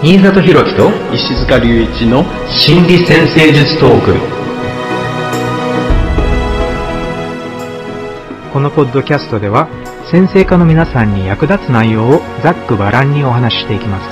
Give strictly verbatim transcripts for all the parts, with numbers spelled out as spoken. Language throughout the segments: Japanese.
新里博樹と石塚隆一の心理先生術トーク。このポッドキャストでは先生科の皆さんに役立つ内容をざっくばらんにお話ししていきます。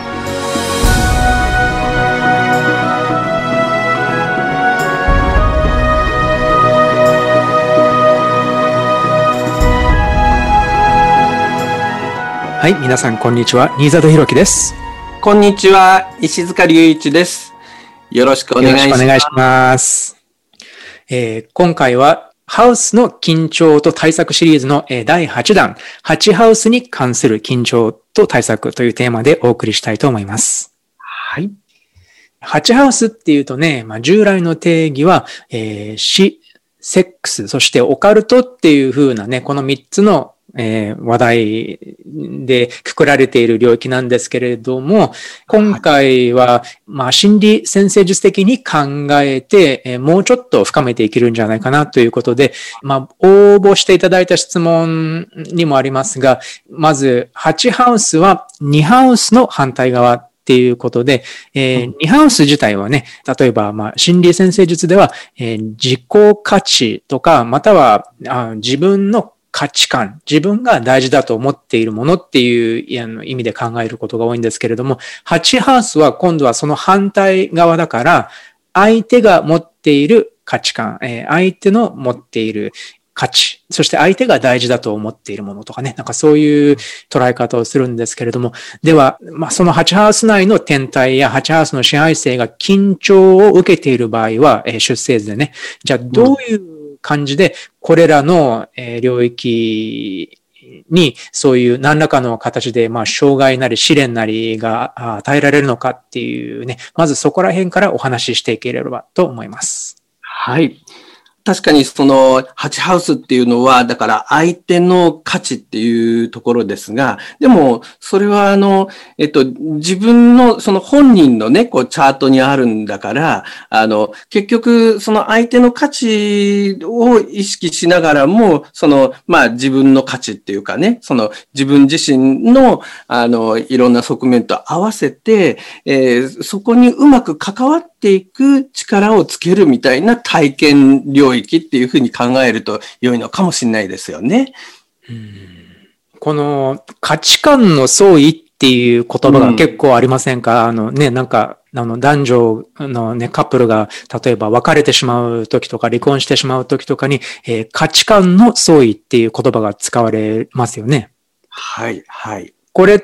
はい、皆さんこんにちは、新里博樹です。 こんにちは、石塚隆一です。よろしくお願いします。 よろしくお願いします。えー、今回はハウスの緊張と対策シリーズのだいはちだん、はちハウスに関する緊張と対策というテーマでお送りしたいと思います。 はい。 はちハウスっていうとね、まあ、従来の定義は、えー、死、セックス、そしてオカルトっていう風なね、このみっつのえー、話題でくくられている領域なんですけれども、今回は、まあ、心理先生術的に考えて、えー、もうちょっと深めていけるんじゃないかなということで、まあ、応募していただいた質問にもありますが、まず、はちハウスはにハウスの反対側っていうことで、えー、にハウス自体はね、例えば、まあ、心理先生術では、えー、自己価値とか、またはあ自分の価値観、自分が大事だと思っているものっていう意味で考えることが多いんですけれども、はちハウスは今度はその反対側だから、相手が持っている価値観、相手の持っている価値、そして相手が大事だと思っているものとかね、なんかそういう捉え方をするんですけれども、では、まあ、そのはちハウス内の天体やはちハウスの支配性が緊張を受けている場合は、出生図でね、じゃあどういう感じで、これらの領域にそういう何らかの形で、まあ、障害なり試練なりが与えられるのかっていうね、まずそこら辺からお話ししていければと思います。 はい。確かにそのはちハウスっていうのは、だから相手の価値っていうところですが、でもそれはあの、えっと、自分のその本人のね、こうチャートにあるんだから、あの、結局その相手の価値を意識しながらも、その、まあ自分の価値っていうかね、その自分自身のあの、いろんな側面と合わせて、えー、そこにうまく関わっていく力をつけるみたいな体験領域っていうふうに考えると良いのかもしれないですよね。 うん、この価値観の相違っていう言葉が結構ありませんか？うん、あのね、なんか、あの男女のね、カップルが例えば別れてしまう時とか離婚してしまう時とかに、えー、価値観の相違っていう言葉が使われますよね。 はい、はい。 これって、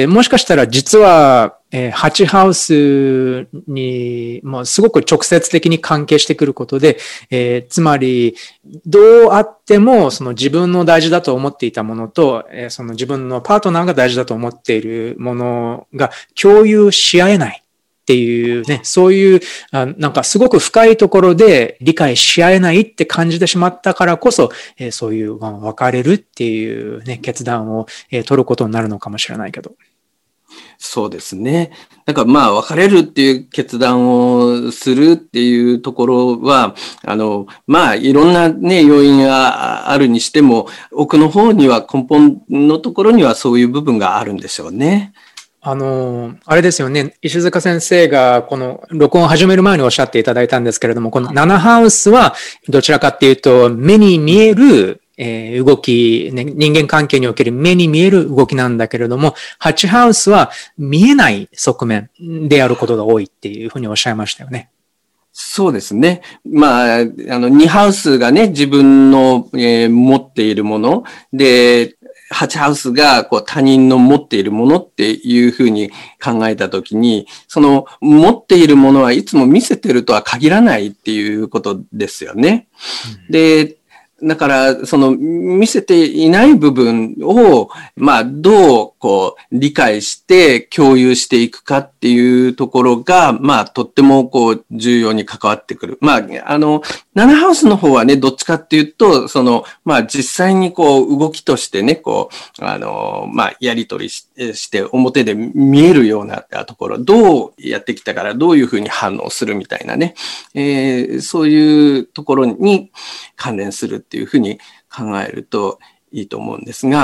もしかしたら実は、えー、はちハウスに、もうすごく直接的に関係してくることで、えー、つまり、どうあっても、その自分の大事だと思っていたものと、えー、その自分のパートナーが大事だと思っているものが共有し合えないっていうね、そういう、あなんかすごく深いところで理解し合えないって感じてしまったからこそ、えー、そういう、まあ、別れるっていうね、決断を、えー、取ることになるのかもしれないけど。 そうですね。だからまあ別れるっていう決断をするっていうところは、あの、まあいろんなね、要因があるにしても、奥の方には根本のところにはそういう部分があるんでしょうね。 あの、あれですよね。石塚先生がこの録音を始める前におっしゃっていただいたんですけれども、このななハウスはどちらかっていうと目に見えるえー、動き、ね、人間関係における目に見える動きなんだけれども、はちハウスは見えない側面であることが多いっていうふうにおっしゃいましたよね。 そうですね。まあ、あの、にハウスがね、自分の、えー、持っているもので、はちハウスがこう他人の持っているものっていうふうに考えたときに、その持っているものはいつも見せてるとは限らないっていうことですよね。うん、で、だから、その、見せていない部分を、まあ、どう、こう、理解して共有していくかっていうところが、まあ、とっても、こう、重要に関わってくる。まあ、あの、ななハウスの方はね、どっちかっていうと、その、まあ、実際に、こう、動きとしてね、こう、あの、まあ、やり取りし、して表で見えるようなところ、どうやってきたから、どういうふうに反応するみたいなね、えー、そういうところに関連するっていうふうに考えるといいと思うんですが、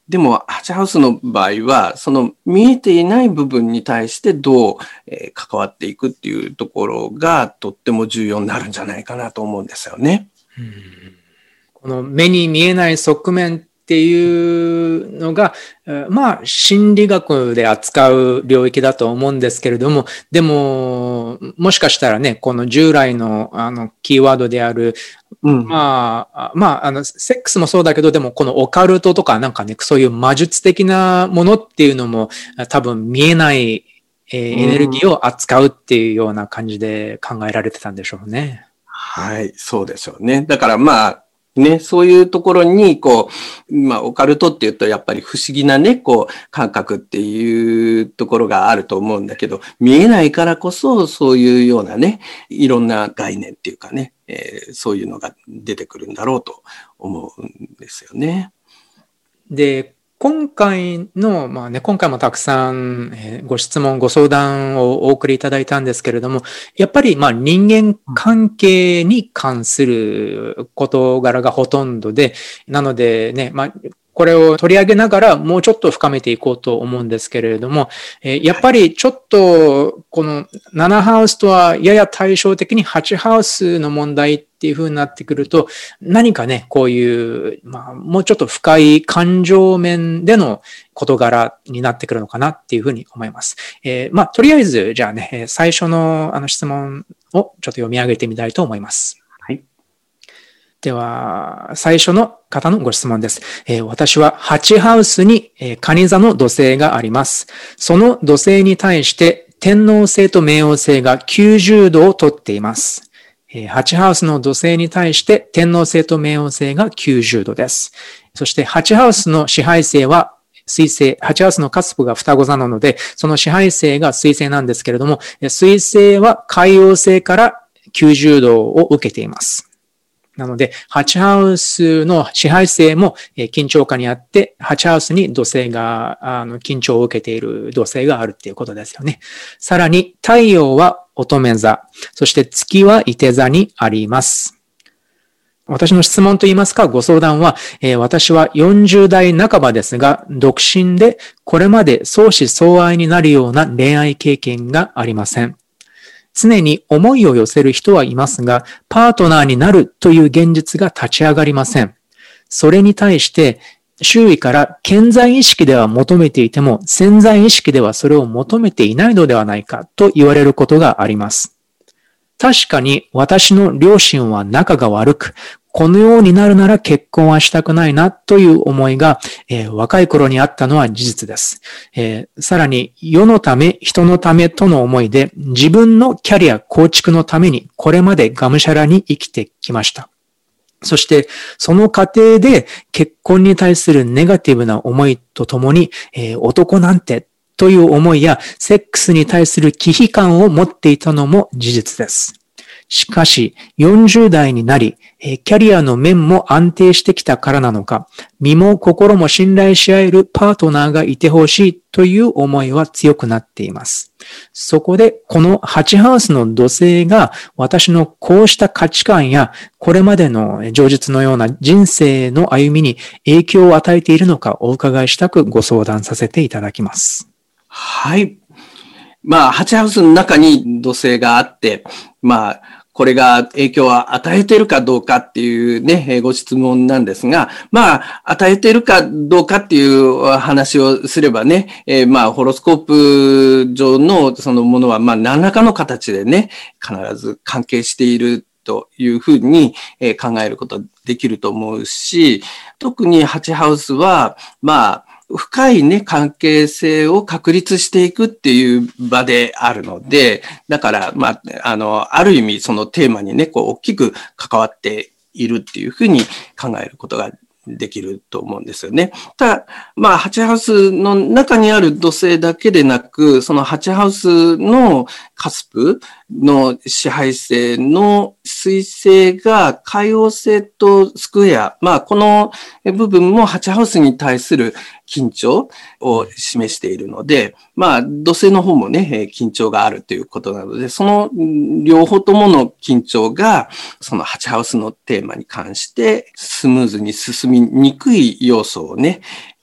でも、はちハウスの場合は、その見えていない部分に対してどう、えー関わっていくっていうところがとっても重要になるんじゃないかなと思うんですよね。 うん、この目に見えない側面っていうのが、まあ、心理学で扱う領域だと思うんですけれども、でも、もしかしたらね、この従来のあのキーワードである、うん、まあ、まあ、あの、セックスもそうだけど、でもこのオカルトとかなんかね、そういう魔術的なものっていうのも多分見えない、えー、エネルギーを扱うっていうような感じで考えられてたんでしょうね。 はい、そうでしょうね。だからまあ、ね、そういうところに、こう、まあ、オカルトって言うと、やっぱり不思議なね、こう、感覚っていうところがあると思うんだけど、見えないからこそ、そういうようなね、いろんな概念っていうかね、えー、そういうのが出てくるんだろうと思うんですよね。 で、今回の、まあね、今回もたくさん、えー、ご質問、ご相談をお送りいただいたんですけれども、やっぱりまあ人間関係に関する事柄がほとんどで、なのでね、まあ、これを取り上げながらもうちょっと深めていこうと思うんですけれども、えー、やっぱりちょっとこのななハウスとはやや対照的にはちハウスの問題っていう風になってくると、何かね、こういう、まあ、もうちょっと深い感情面での事柄になってくるのかなっていう風に思います。えー、まあ、とりあえず、じゃあね、最初のあの質問をちょっと読み上げてみたいと思います。 はい。 では、最初の方のご質問です。えー、私ははちハウスに、えー、蟹座の土星があります。その土星に対して天王星と冥王星がきゅうじゅうどをとっています。えー、はちハウスの土星に対して天王星と冥王星がきゅうじゅうどです。そしてはちハウスの支配星は水星、はちハウスのカスプが双子座なので、その支配星が水星なんですけれども、水星は海王星からきゅうじゅうどを受けています。なので、はちハウスの支配星も緊張下にあって、はちハウスに土星が、あの、緊張を受けている土星があるっていうことですよね。さらに、太陽は乙女座、そして月は射手座にあります。私の質問といいますか、ご相談は、えー、私はよんじゅうだいなかばですが、独身でこれまで相思相愛になるような恋愛経験がありません。常に思いを寄せる人はいますが、パートナーになるという現実が立ち上がりません。それに対して、周囲から顕在意識では求めていても、潜在意識ではそれを求めていないのではないかと言われることがあります。確かに私の両親は仲が悪く、このようになるなら結婚はしたくないなという思いが、えー、若い頃にあったのは事実です、えー。さらに世のため、人のためとの思いで自分のキャリア構築のためにこれまでがむしゃらに生きてきました。そしてその過程で結婚に対するネガティブな思いとともに、えー、男なんてという思いやセックスに対する忌避感を持っていたのも事実です。しかし、よんじゅうだいになり、キャリアの面も安定してきたからなのか、身も心も信頼し合えるパートナーがいてほしいという思いは強くなっています。そこで、このはちハウスの土星が私のこうした価値観や、これまでの情実のような人生の歩みに影響を与えているのかお伺いしたくご相談させていただきます。 はい。まあ、はちハウスの中に土星があって、まあ、これが影響を与えているかどうかっていうね、ご質問なんですが、まあ、与えているかどうかっていう話をすればね、えー、まあ、ホロスコープ上のそのものは、まあ、何らかの形でね、必ず関係しているというふうに考えることできると思うし、特にはちハウスは、まあ、深いね、関係性を確立していくっていう場であるので、だから、まあ、あの、ある意味そのテーマにね、こう、大きく関わっているっていうふうに考えることができると思うんですよね。ただ、まあ、はちハウスの中にある土星だけでなく、そのはちハウスのカスプの支配星の水星が海王星とスクエア、まあ、この部分もはちハウスに対する緊張を示しているので、まあ、土星の方もね、緊張があるということなので、その両方ともの緊張が、そのはちハウスのテーマに関して、スムーズに進みにくい要素をね、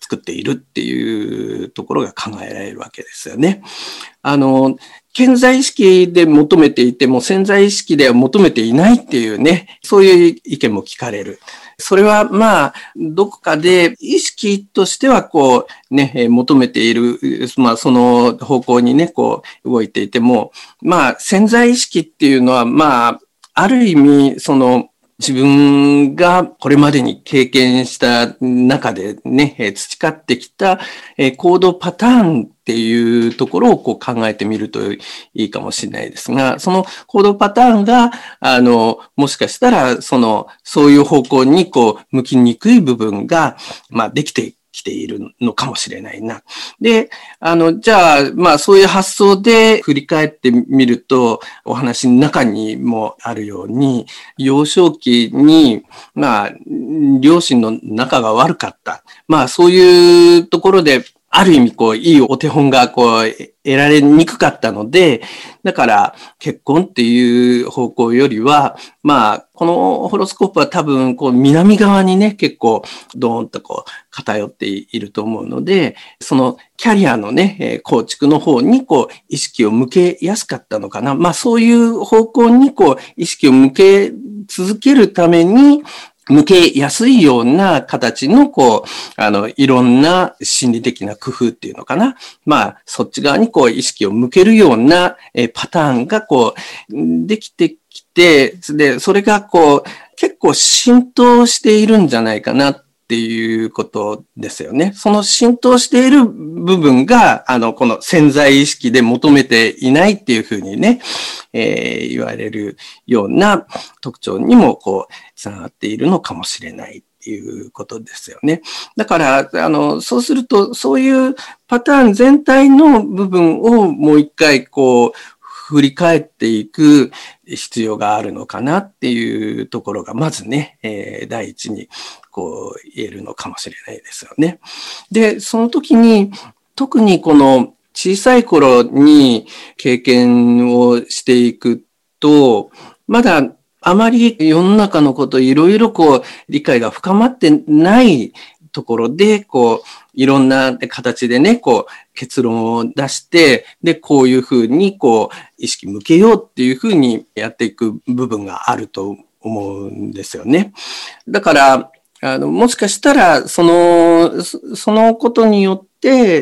作っているっていうところが考えられるわけですよね。あの、潜在意識で求めていても潜在意識では求めていないっていうね、そういう意見も聞かれる。それはまあ、どこかで意識としてはこうね、求めている、まあその方向にね、こう動いていても、まあ潜在意識っていうのはまあ、ある意味その自分がこれまでに経験した中でね、培ってきた行動パターンっていうところをこう考えてみるといいかもしれないですが、その行動パターンが、あの、もしかしたら、その、そういう方向にこう、向きにくい部分が、まあ、できてきているのかもしれないな。で、あの、じゃあ、まあ、そういう発想で振り返ってみると、お話の中にもあるように、幼少期に、まあ、両親の仲が悪かった。まあ、そういうところで、ある意味、こう、いいお手本が、こう、得られにくかったので、だから、結婚っていう方向よりは、まあ、このホロスコープは多分、こう、南側にね、結構、ドーンとこう、偏っていると思うので、その、キャリアのね、構築の方に、こう、意識を向けやすかったのかな。まあ、そういう方向に、こう、意識を向け続けるために、向けやすいような形の、こう、あの、いろんな心理的な工夫っていうのかな。まあ、そっち側にこう、意識を向けるようなパターンが、こう、できてきて、で、それがこう、結構浸透しているんじゃないかなっていうことですよね。その浸透している部分が、あの、この潜在意識で求めていないっていうふうにね、えー、言われるような特徴にも、こう、つながっているのかもしれないっていうことですよね。だから、あの、そうすると、そういうパターン全体の部分をもう一回、こう、振り返っていく必要があるのかなっていうところが、まずね、えー、第一に、こう、言えるのかもしれないですよね。で、その時に、特にこの小さい頃に経験をしていくと、まだあまり世の中のこといろいろこう理解が深まってないところで、こう、いろんな形でね、こう、結論を出して、で、こういうふうに、こう、意識向けようっていうふうにやっていく部分があると思うんですよね。だから、あの、もしかしたら、その、そのことによって、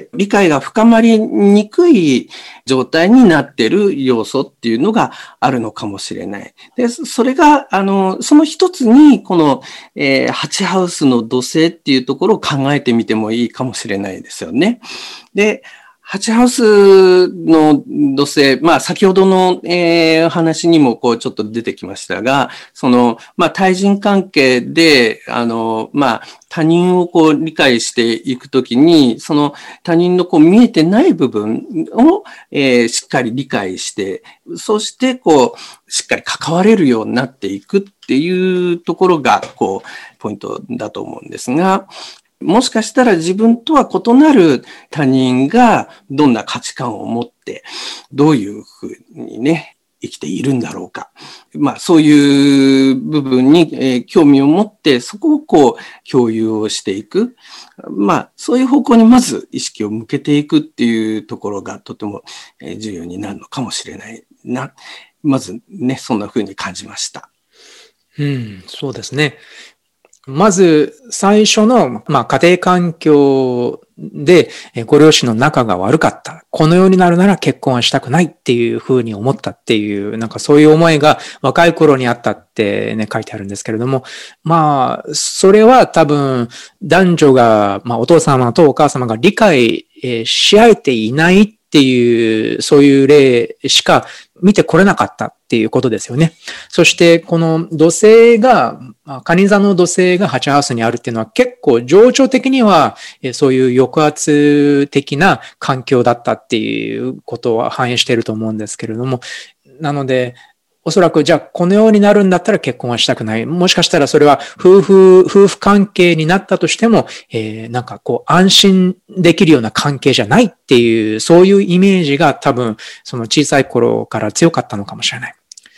理解が深まりにくい状態になっている要素っていうのがあるのかもしれない。で、それが、あの、その一つに、この、えー、ハチハウスの土星っていうところを考えてみてもいいかもしれないですよね。で、ハチハウスの土星、まあ先ほどの、えー、話にもこうちょっと出てきましたが、その、まあ対人関係で、あの、まあ他人をこう理解していくときに、その他人のこう見えてない部分を、えー、しっかり理解して、そしてこう、しっかり関われるようになっていくっていうところが、こう、ポイントだと思うんですが、もしかしたら自分とは異なる他人がどんな価値観を持って、どういうふうにね、生きているんだろうか。まあそういう部分に、えー、興味を持って、そこをこう共有をしていく。まあそういう方向にまず意識を向けていくっていうところがとても重要になるのかもしれないな。まずね、そんなふうに感じました。 うん、そうですね。まず、最初の、まあ、家庭環境で、ご両親の仲が悪かった。このようになるなら結婚はしたくないっていうふうに思ったっていう、なんかそういう思いが若い頃にあったってね、書いてあるんですけれども、まあ、それは多分、男女が、まあ、お父様とお母様が理解し合えていないっていう、そういう例しか見てこれなかったっていうことですよね。そして、この土星が、蟹座の土星がハチハウスにあるっていうのは結構情緒的にはそういう抑圧的な環境だったっていうことは反映していると思うんですけれども、なので、おそらくじゃあこのようになるんだったら結婚はしたくない。もしかしたらそれは夫婦、夫婦関係になったとしても、えー、なんかこう安心できるような関係じゃないっていう、そういうイメージが多分その小さい頃から強かったのかもしれない。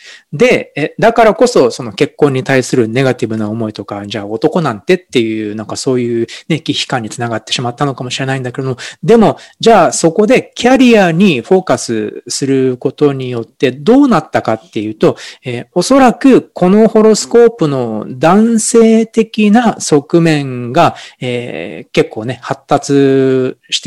で、え、だからこそ、その結婚に対するネガティブな思いとか、じゃあ男なんてっていう、なんかそういうね、危機感につながってしまったのかもしれないんだけども、でも、じゃあそこでキャリアにフォーカスすることによってどうなったかっていうと、えー、おそらくこのホロスコープの男性的な側面が、えー、結構ね、発達して、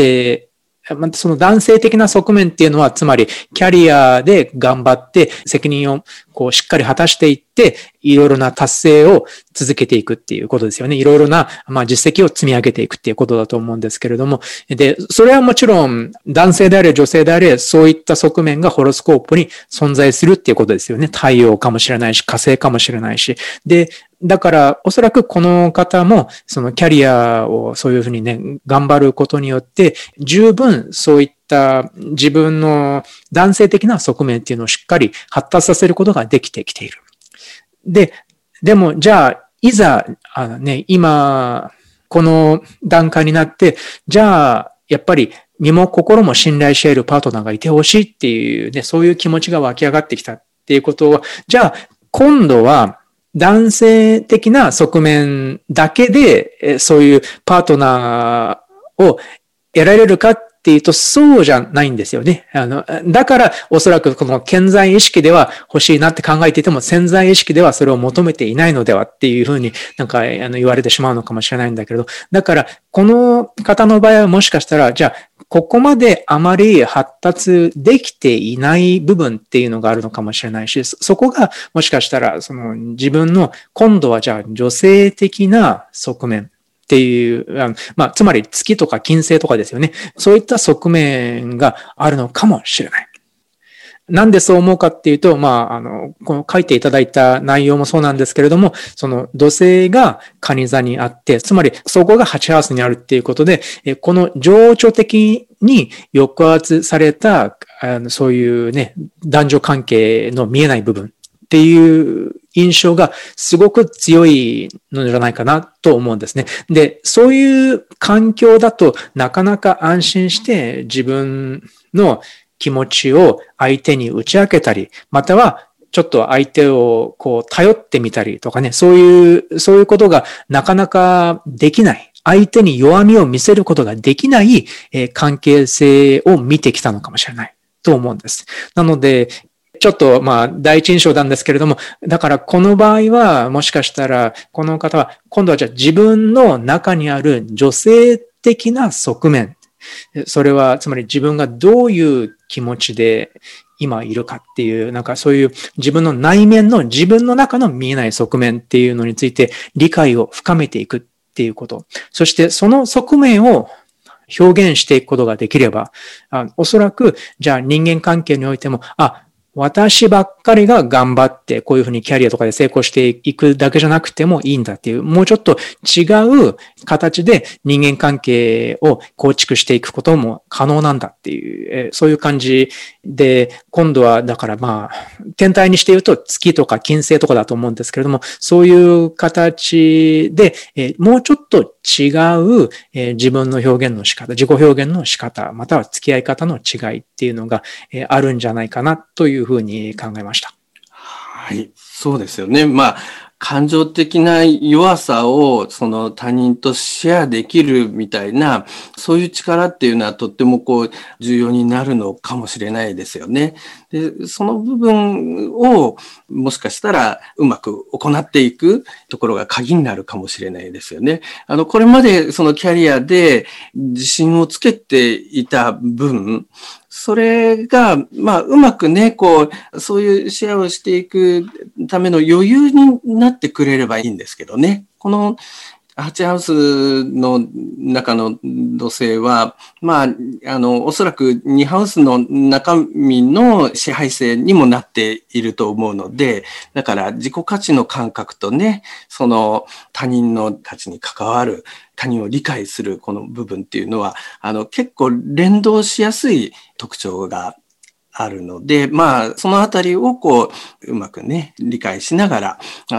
その男性的な側面っていうのは、つまりキャリアで頑張って責任をこうしっかり果たしていって、いろいろな達成を続けていくっていうことですよね。いろいろな、まあ、実績を積み上げていくっていうことだと思うんですけれども。で、それはもちろん男性であれ女性であれ、そういった側面がホロスコープに存在するっていうことですよね。太陽かもしれないし、火星かもしれないし。で、だから、おそらくこの方も、そのキャリアをそういうふうにね、頑張ることによって、十分そういった自分の男性的な側面っていうのをしっかり発達させることができてきている。で、でも、じゃあ、いざ、あのね、今、この段階になって、じゃあ、やっぱり身も心も信頼し得るパートナーがいてほしいっていうね、そういう気持ちが湧き上がってきたっていうことは、じゃあ、今度は、男性的な側面だけで、そういうパートナーを得られるかっていうと、そうじゃないんですよね。あの、だから、おそらくこの潜在意識では欲しいなって考えていても、潜在意識ではそれを求めていないのではっていうふうになんかあの言われてしまうのかもしれないんだけれど、だから、この方の場合はもしかしたら、じゃあ、ここまであまり発達できていない部分っていうのがあるのかもしれないし、そこがもしかしたら、その自分の今度はじゃあ女性的な側面っていう、まあ、つまり月とか金星とかですよね。そういった側面があるのかもしれない。なんでそう思うかっていうと、まあ、あの、この書いていただいた内容もそうなんですけれども、その土星が蟹座にあって、つまりそこがはちハウスにあるっていうことで、この情緒的に抑圧された、あのそういうね、男女関係の見えない部分っていう印象がすごく強いのじゃないかなと思うんですね。で、そういう環境だとなかなか安心して自分の気持ちを相手に打ち明けたり、またはちょっと相手をこう頼ってみたりとかね、そういう、そういうことがなかなかできない。相手に弱みを見せることができない、えー、関係性を見てきたのかもしれないと思うんです。なので、ちょっとまあ第一印象なんですけれども、だからこの場合はもしかしたらこの方は今度はじゃあ自分の中にある女性的な側面、それはつまり自分がどういう気持ちで今いるかっていう、なんかそういう自分の内面の自分の中の見えない側面っていうのについて理解を深めていくっていうこと。そしてその側面を表現していくことができれば、あおそらくじゃあ人間関係においても、あ、私ばっかりが頑張ってこういうふうにキャリアとかで成功していくだけじゃなくてもいいんだっていう、もうちょっと違う形で人間関係を構築していくことも可能なんだっていう、そういう感じで、今度はだからまあ、天体にして言うと月とか金星とかだと思うんですけれども、そういう形でもうちょっと違う自分の表現の仕方、自己表現の仕方、または付き合い方の違いっていうのがあるんじゃないかなというふうに考えました。 はい、そうですよね。まあ、感情的な弱さをその他人とシェアできるみたいな、そういう力っていうのはとってもこう重要になるのかもしれないですよね。で、その部分をもしかしたらうまく行っていくところが鍵になるかもしれないですよね。あの、これまでそのキャリアで自信をつけていた分、それが、まあ、うまくね、こう、そういうシェアをしていくための余裕になってくれればいいんですけどね。このはちハウスの中の土星は、まあ、あの、おそらくにハウスの中身の支配性にもなっていると思うので、だから自己価値の感覚とね、その他人の価値に関わる、他人を理解するこの部分っていうのは、あの、結構連動しやすい特徴があるので、まあ、そのあたりをこう、うまくね、理解しながら、あの、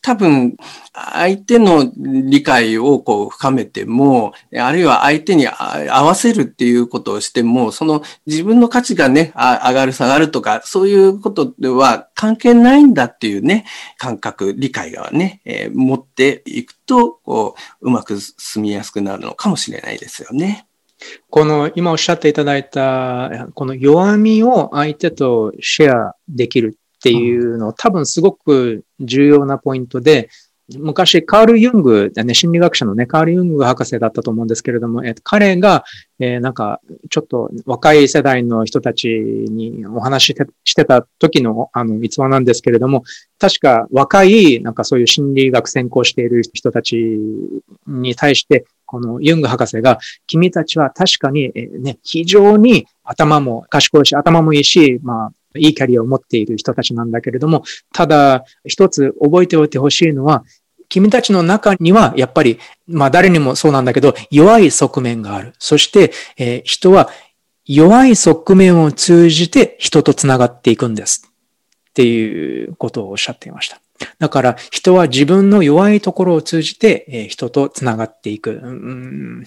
多分、相手の理解をこう深めても、あるいは相手に合わせるっていうことをしても、その自分の価値がね、上がる下がるとか、そういうことでは関係ないんだっていうね、感覚、理解がね、えー、持っていくと、こう、うまく進みやすくなるのかもしれないですよね。 この今おっしゃっていただいた、この弱みを相手とシェアできるっていうの、多分すごく重要なポイントで、昔、カール・ユング、ね、心理学者のね、カール・ユング博士だったと思うんですけれども、えー、彼が、えー、なんか、ちょっと若い世代の人たちにお話ししてた時の、あの、逸話なんですけれども、確か若い、なんかそういう心理学専攻している人たちに対して、このユング博士が、君たちは確かに、えー、ね、非常に頭も賢いし、頭もいいし、まあ、いいキャリアを持っている人たちなんだけれども、ただ一つ覚えておいてほしいのは、君たちの中にはやっぱり、まあ誰にもそうなんだけど、弱い側面がある。そして、えー、人は弱い側面を通じて人とつながっていくんです。っていうことをおっしゃっていました。だから人は自分の弱いところを通じて、えー、人とつながっていく。うん、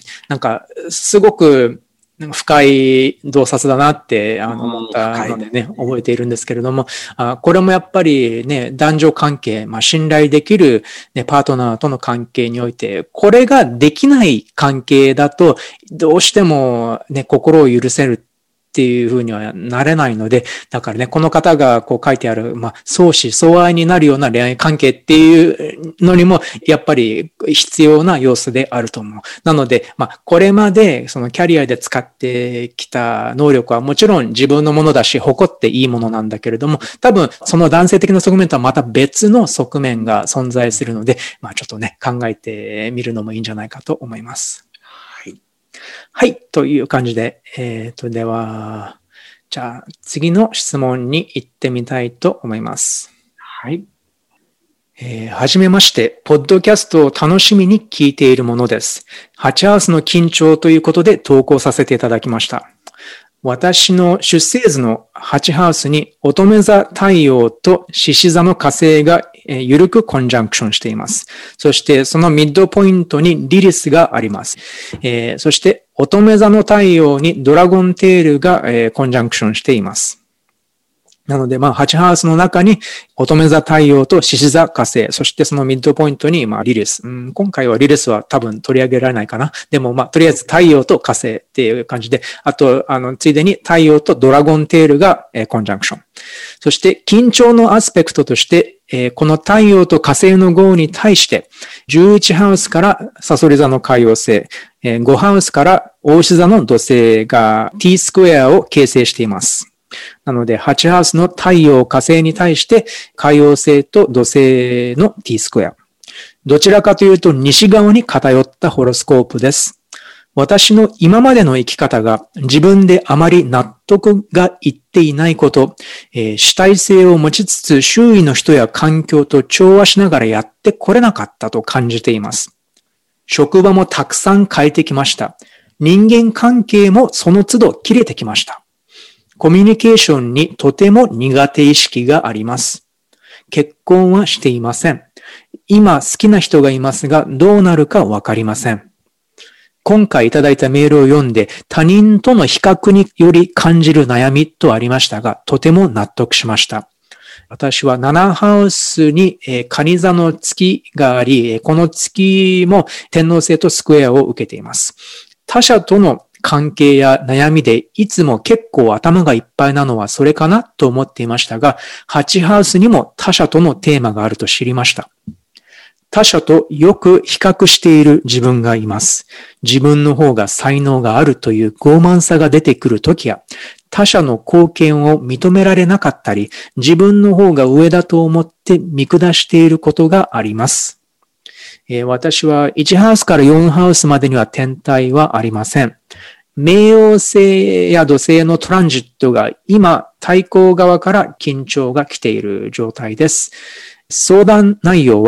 なんか、すごく、なんか深い洞察だなってあの思ったのでね、覚えているんですけれども、あこれもやっぱりね、男女関係、まあ信頼できる、ね、パートナーとの関係において、これができない関係だと、どうしてもね、心を許せるっていうふうにはなれないので、だからね、この方がこう書いてある、まあ、相思相愛になるような恋愛関係っていうのにも、やっぱり必要な要素であると思う。なので、まあ、これまでそのキャリアで使ってきた能力はもちろん自分のものだし、誇っていいものなんだけれども、多分その男性的な側面とはまた別の側面が存在するので、まあ、ちょっとね、考えてみるのもいいんじゃないかと思います。はい。という感じで、えっと、では、じゃあ、次の質問に行ってみたいと思います。 はい。 えー、はじめまして、ポッドキャストを楽しみに聞いているものです。ハチハウスの緊張ということで投稿させていただきました。私の出生図のハチハウスに乙女座太陽と獅子座の火星が緩くコンジャンクションしています。そしてそのミッドポイントにリリスがあります。えー、そして乙女座の太陽にドラゴンテールが、えー、コンジャンクションしています。なので、まあ、ハチハウスの中に乙女座太陽と獅子座火星、そしてそのミッドポイントに、まあ、リリス、うん。今回はリリスは多分取り上げられないかな。でも、まあ、とりあえず太陽と火星っていう感じで、あと、あの、ついでに太陽とドラゴンテールが、えー、コンジャンクション。そして、緊張のアスペクトとして、えー、この太陽と火星の号に対して、じゅういちハウスからサソリ座の海王星、えー、ごハウスから牡牛座の土星が T スクエアを形成しています。なので、はちハウスの太陽、火星に対して、海王星と土星の T スクエア。どちらかというと、西側に偏ったホロスコープです。私の今までの生き方が自分であまり納得がいっていないこと、えー、主体性を持ちつつ、周囲の人や環境と調和しながらやってこれなかったと感じています。職場もたくさん変えてきました。人間関係もその都度切れてきました。コミュニケーションにとても苦手意識があります。結婚はしていません。今好きな人がいますが、どうなるかわかりません。今回いただいたメールを読んで、他人との比較により感じる悩みとありましたが、とても納得しました。私はななハウスに、えー、蟹座の月があり、この月も天王星とスクエアを受けています。他者との関係や悩みでいつも結構頭がいっぱいなのはそれかなと思っていましたが、はちハウスにも他者とのテーマがあると知りました。他者とよく比較している自分がいます。自分の方が才能があるという傲慢さが出てくるときや、他者の貢献を認められなかったり、自分の方が上だと思って見下していることがあります。えー、私はいちハウスからよんハウスまでには天体はありません。冥王星や土星のトランジットが今、対向側から緊張が来ている状態です。相談内容は、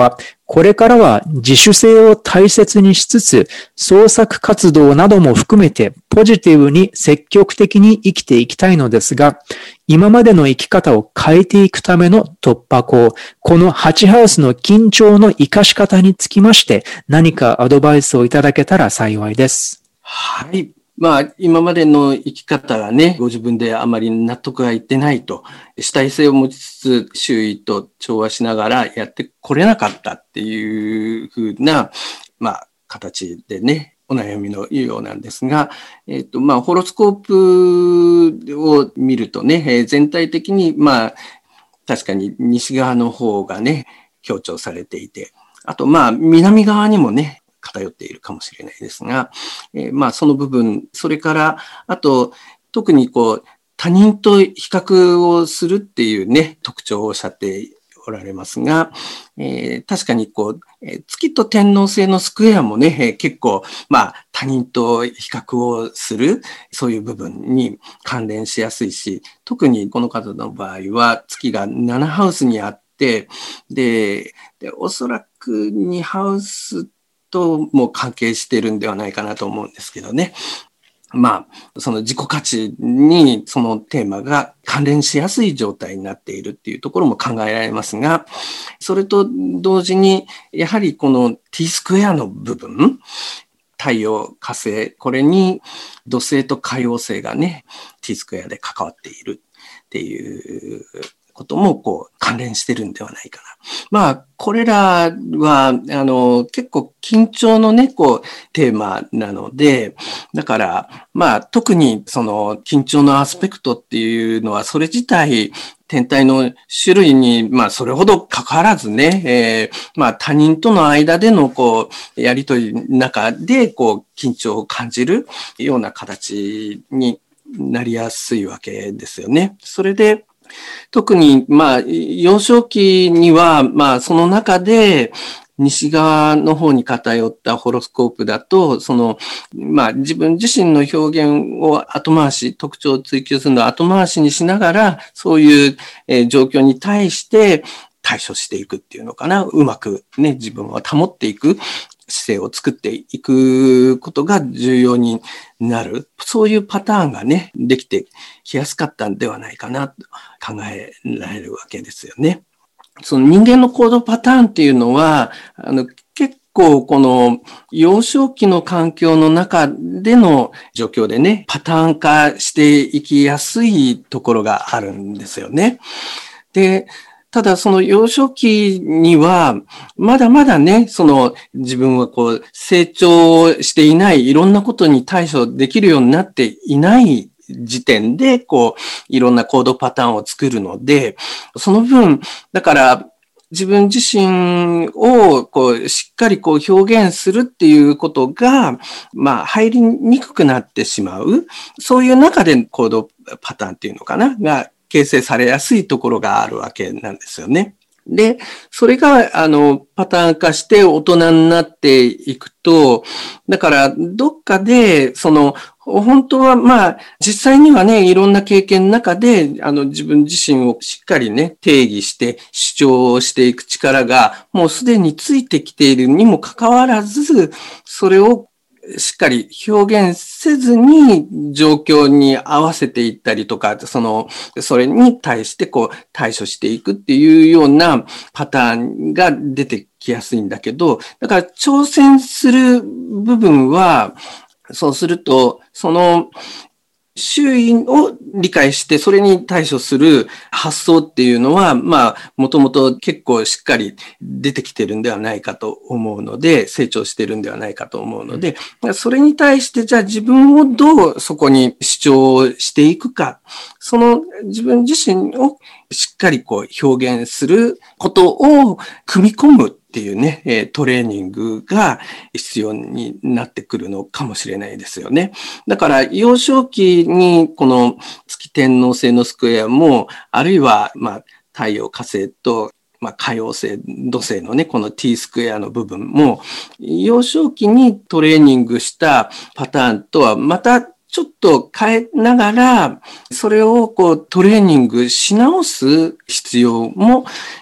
これからは自主性を大切にしつつ、創作活動なども含めてポジティブに積極的に生きていきたいのですが、今までの生き方を変えていくための突破口、このはちハウスの緊張の活かし方につきまして、何かアドバイスをいただけたら幸いです。 はい。まあ、今までの生き方がね、ご自分であまり納得がいってないと、主体性を持ちつつ、周囲と調和しながらやってこれなかったっていうふうな、まあ、形でね、お悩みのようなんですが、えっと、まあ、ホロスコープを見るとね、全体的に、まあ、確かに西側の方がね、強調されていて、あと、まあ、南側にもね、偏っているかもしれないですが、えー、まあその部分、それから、あと、特にこう、他人と比較をするっていうね、特徴をおっしゃっておられますが、えー、確かにこう、えー、月と天王星のスクエアもね、えー、結構、まあ他人と比較をする、そういう部分に関連しやすいし、特にこの方の場合は月がななハウスにあって、で、でおそらくにハウスとも関係しているんではないかなと思うんですけどね。まあ、その自己価値にそのテーマが関連しやすい状態になっているっていうところも考えられますが、それと同時に、やはりこの T スクエアの部分、太陽、火星、これに土星と海王星がね、T スクエアで関わっているっていうこともこう関連してるんではないかな。まあ、これらは、あの、結構緊張のね、こう、テーマなので、だから、まあ、特にその緊張のアスペクトっていうのは、それ自体、天体の種類に、まあ、それほど関わらずね、えー、まあ、他人との間での、こう、やりとりの中で、こう、緊張を感じるような形になりやすいわけですよね。それで、特に、まあ、幼少期には、まあ、その中で、西側の方に偏ったホロスコープだと、その、まあ、自分自身の表現を後回し、特徴を追求するのを後回しにしながら、そういう、えー、状況に対して対処していくっていうのかな。うまくね、自分を保っていく姿勢を作っていくことが重要になる。そういうパターンがね、できてきやすかったんではないかなと考えられるわけですよね。その人間の行動パターンっていうのは、あの、結構この幼少期の環境の中での状況でね、パターン化していきやすいところがあるんですよね。で、ただその幼少期には、まだまだね、その自分はこう成長していない、いろんなことに対処できるようになっていない時点で、こう、いろんな行動パターンを作るので、その分、だから自分自身をこうしっかりこう表現するっていうことが、まあ入りにくくなってしまう。そういう中で行動パターンっていうのかな、が形成されやすいところがあるわけなんですよね。で、それが、あの、パターン化して大人になっていくと、だから、どっかで、その、本当は、まあ、実際にはね、いろんな経験の中で、あの、自分自身をしっかりね、定義して主張していく力が、もうすでについてきているにもかかわらず、それをしっかり表現せずに状況に合わせていったりとか、その、それに対してこう対処していくっていうようなパターンが出てきやすいんだけど、だから挑戦する部分は、そうすると、その、周囲を理解して、それに対処する発想っていうのは、まあ、もともと結構しっかり出てきてるんではないかと思うので、成長してるんではないかと思うので、それに対して、じゃあ自分をどうそこに主張していくか、その自分自身をしっかりこう表現することを組み込むっていうね、トレーニングが必要になってくるのかもしれないですよね。だから、幼少期にこの月天王星のスクエアも、あるいは、まあ、太陽火星と、まあ、海王星、土星のね、この T スクエアの部分も、幼少期にトレーニングしたパターンとはまたちょっと変えながら、それをこうトレーニングし直す必要も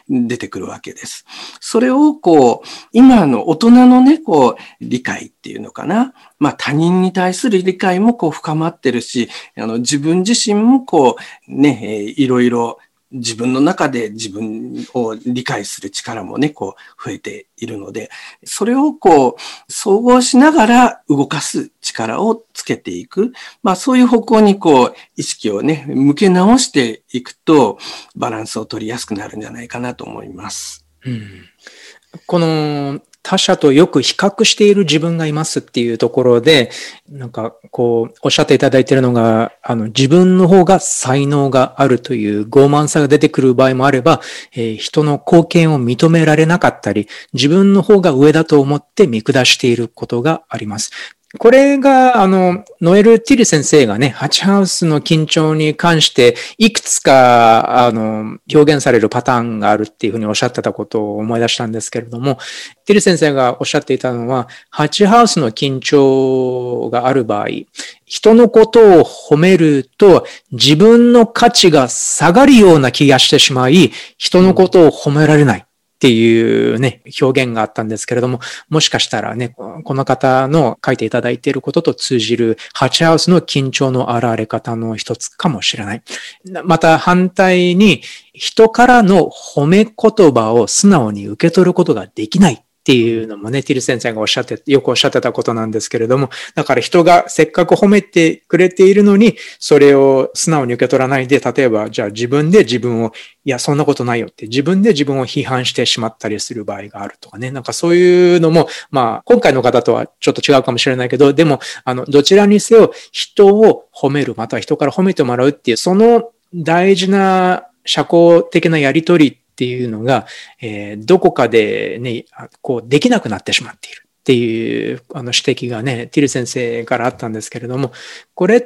出てくるわけです。それをこう、今の大人のね、こう、理解っていうのかな。まあ他人に対する理解もこう深まってるし、あの自分自身もこう、ね、えーいろいろ自分の中で自分を理解する力もね、こう増えているので、それをこう総合しながら動かす力をつけていく。まあそういう方向にこう意識をね、向け直していくとバランスを取りやすくなるんじゃないかなと思います。 うん、この他者とよく比較している自分がいますっていうところで、なんかこうおっしゃっていただいているのが、あの自分の方が才能があるという傲慢さが出てくる場合もあれば、えー、人の貢献を認められなかったり、自分の方が上だと思って見下していることがあります。これが、あの、ノエル・ティル先生がね、ハチハウスの緊張に関して、いくつか、あの、表現されるパターンがあるっていうふうにおっしゃってたことを思い出したんですけれども、ティル先生がおっしゃっていたのは、ハチハウスの緊張がある場合、人のことを褒めると、自分の価値が下がるような気がしてしまい、人のことを褒められない。っていうね、表現があったんですけれども、もしかしたらね、この方の書いていただいていることと通じるハチハウスの緊張の現れ方の一つかもしれない。また反対に、人からの褒め言葉を素直に受け取ることができない。っていうのもね、ティル先生がおっしゃって、よくおっしゃってたことなんですけれども、だから人がせっかく褒めてくれているのに、それを素直に受け取らないで、例えば、じゃあ自分で自分を、いや、そんなことないよって、自分で自分を批判してしまったりする場合があるとかね、なんかそういうのも、まあ、今回の方とはちょっと違うかもしれないけど、でも、あの、どちらにせよ、人を褒める、または人から褒めてもらうっていう、その大事な社交的なやりとりっていうのが、えー、どこかでね、こうできなくなってしまっているっていうあの指摘がね、ティル先生からあったんですけれども、これって、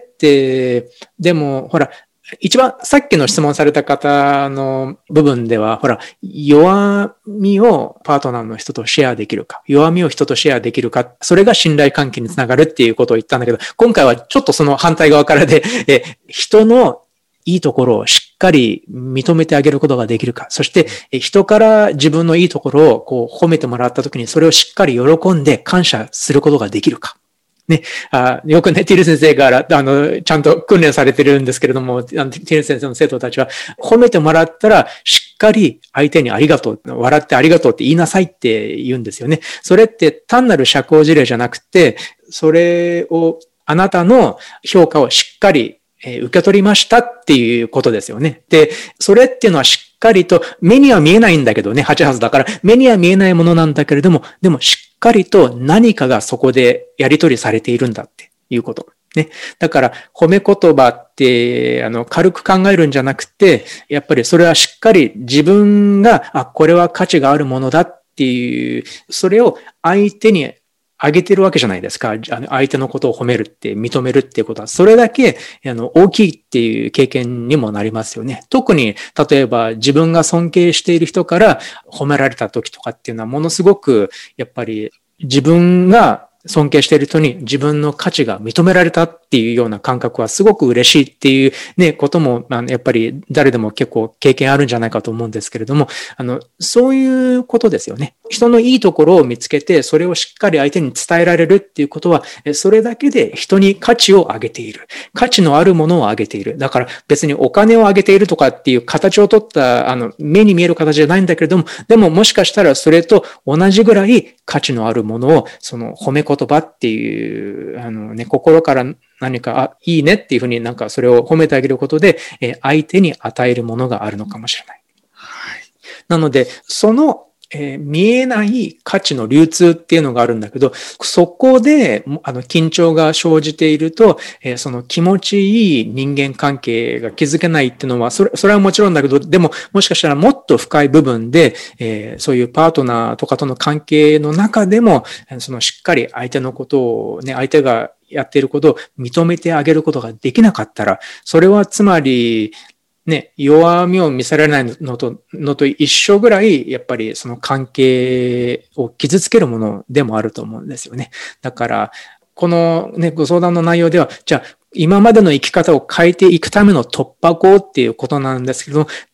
でも、ほら、一番さっきの質問された方の部分では、ほら、弱みをパートナーの人とシェアできるか、弱みを人とシェアできるか、それが信頼関係につながるっていうことを言ったんだけど、今回はちょっとその反対側からで、え人のいいところをしっかり認めてあげることができるか。そして人から自分のいいところをこう褒めてもらったときにそれをしっかり喜んで感謝することができるか。ね、あよくね、ティル先生からあのちゃんと訓練されてるんですけれども、ティル先生の生徒たちは褒めてもらったらしっかり相手にありがとう、笑ってありがとうって言いなさいって言うんですよね。それって単なる社交辞令じゃなくて、それをあなたの評価をしっかり受け取りましたっていうことですよね。で、それっていうのはしっかりと、目には見えないんだけどね、ハチハウスだから、目には見えないものなんだけれども、でもしっかりと何かがそこでやり取りされているんだっていうこと。ね。だから、褒め言葉って、あの、軽く考えるんじゃなくて、やっぱりそれはしっかり自分が、あ、これは価値があるものだっていう、それを相手にあげてるわけじゃないですか。相手のことを褒めるって認めるっていうことは、それだけあの大きいっていう経験にもなりますよね。特に、例えば自分が尊敬している人から褒められた時とかっていうのはものすごく、やっぱり自分が尊敬している人に自分の価値が認められたっていうような感覚はすごく嬉しいっていうね、ことも、やっぱり誰でも結構経験あるんじゃないかと思うんですけれども、あの、そういうことですよね。人のいいところを見つけて、それをしっかり相手に伝えられるっていうことは、それだけで人に価値を上げている。価値のあるものを上げている。だから別にお金を上げているとかっていう形をとった、あの、目に見える形じゃないんだけれども、でももしかしたらそれと同じぐらい価値のあるものを、その褒め言葉っていう、あのね、心から何か、あ、いいねっていうふうになんかそれを褒めてあげることで、え相手に与えるものがあるのかもしれない。はい、なので、その、えー、見えない価値の流通っていうのがあるんだけど、そこで、あの、緊張が生じていると、えー、その気持ちいい人間関係が築けないっていうのは、それ、それはもちろんだけど、でも、もしかしたらもっと深い部分で、えー、そういうパートナーとかとの関係の中でも、そのしっかり相手のことをね、相手がやっていることを認めてあげることができなかったら、それはつまり、ね、弱みを見せられないのと、のと一緒ぐらい、やっぱりその関係を傷つけるものでもあると思うんですよね。だから、このね、ご相談の内容では、じゃあ、今までの生き方を変えていくための突破口っていうことなんですけど、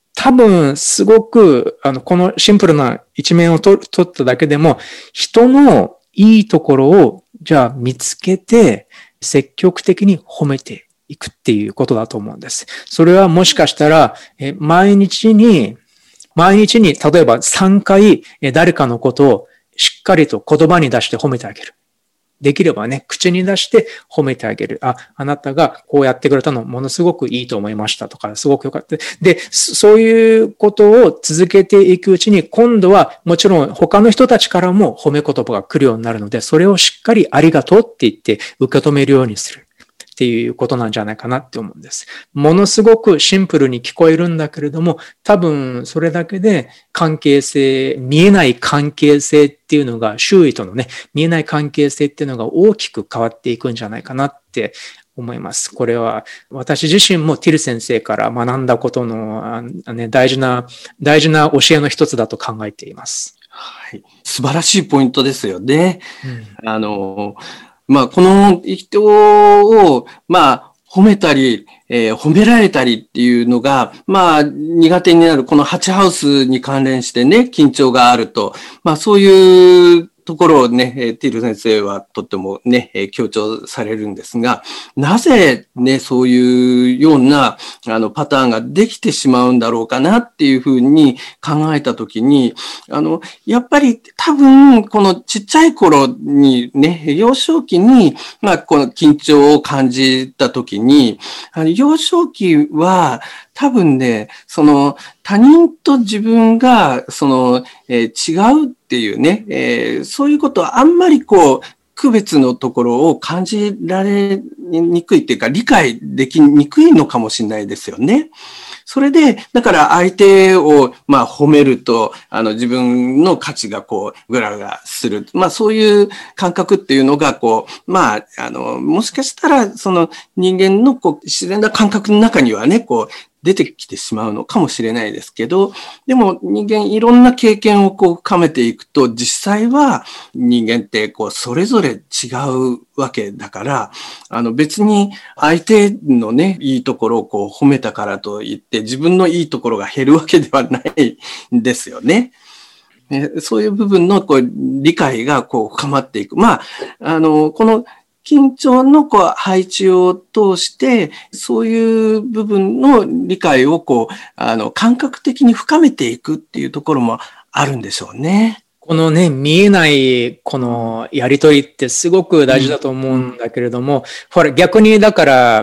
多分、すごく、あの、このシンプルな一面を取っただけでも、人のいいところを、じゃあ見つけて、積極的に褒めていくっていうことだと思うんです。それはもしかしたら、え毎日に、毎日に、例えばさんかい、誰かのことをしっかりと言葉に出して褒めてあげる。できればね、口に出して褒めてあげる。あ、あなたがこうやってくれたのものすごくいいと思いましたとか、すごく良かった。で、そういうことを続けていくうちに、今度はもちろん他の人たちからも褒め言葉が来るようになるので、それをしっかりありがとうって言って受け止めるようにする。っていうことなんじゃないかなって思うんです。ものすごくシンプルに聞こえるんだけれども、多分それだけで関係性、見えない関係性っていうのが、周囲とのね、見えない関係性っていうのが大きく変わっていくんじゃないかなって思います。これは私自身もティル先生から学んだことの、ね、大事な、大事な教えの一つだと考えています。 はい。素晴らしいポイントですよね。うん、あの、まあ、この人を、まあ、褒めたり、えー、褒められたりっていうのが、まあ、苦手になる、このハチハウスに関連してね、緊張があると、まあ、そういうところをね、ティル先生はとってもね、強調されるんですが、なぜね、そういうような、あの、パターンができてしまうんだろうかなっていうふうに考えたときに、あの、やっぱり多分、このちっちゃい頃にね、幼少期に、まあ、この緊張を感じたときに、あの幼少期は、多分ね、その他人と自分がその、えー、違うっていうね、えー、そういうことはあんまりこう区別のところを感じられにくいっていうか理解できにくいのかもしれないですよね。それで、だから相手をまあ褒めると、あの自分の価値がこうグラグラする。まあそういう感覚っていうのがこう、まあ、あの、もしかしたらその人間のこう自然な感覚の中にはね、こう、出てきてしまうのかもしれないですけど、でも人間いろんな経験をこう深めていくと、実際は人間ってこうそれぞれ違うわけだから、あの別に相手のね、いいところをこう褒めたからといって自分のいいところが減るわけではないんですよね。そういう部分のこう理解がこう深まっていく。まあ、あの、この緊張のこう配置を通して、そういう部分の理解をこう、あの、感覚的に深めていくっていうところもあるんでしょうね。 このね、見えないこのやりとりってすごく大事だと思うんだけれども、うん、ほら逆にだから、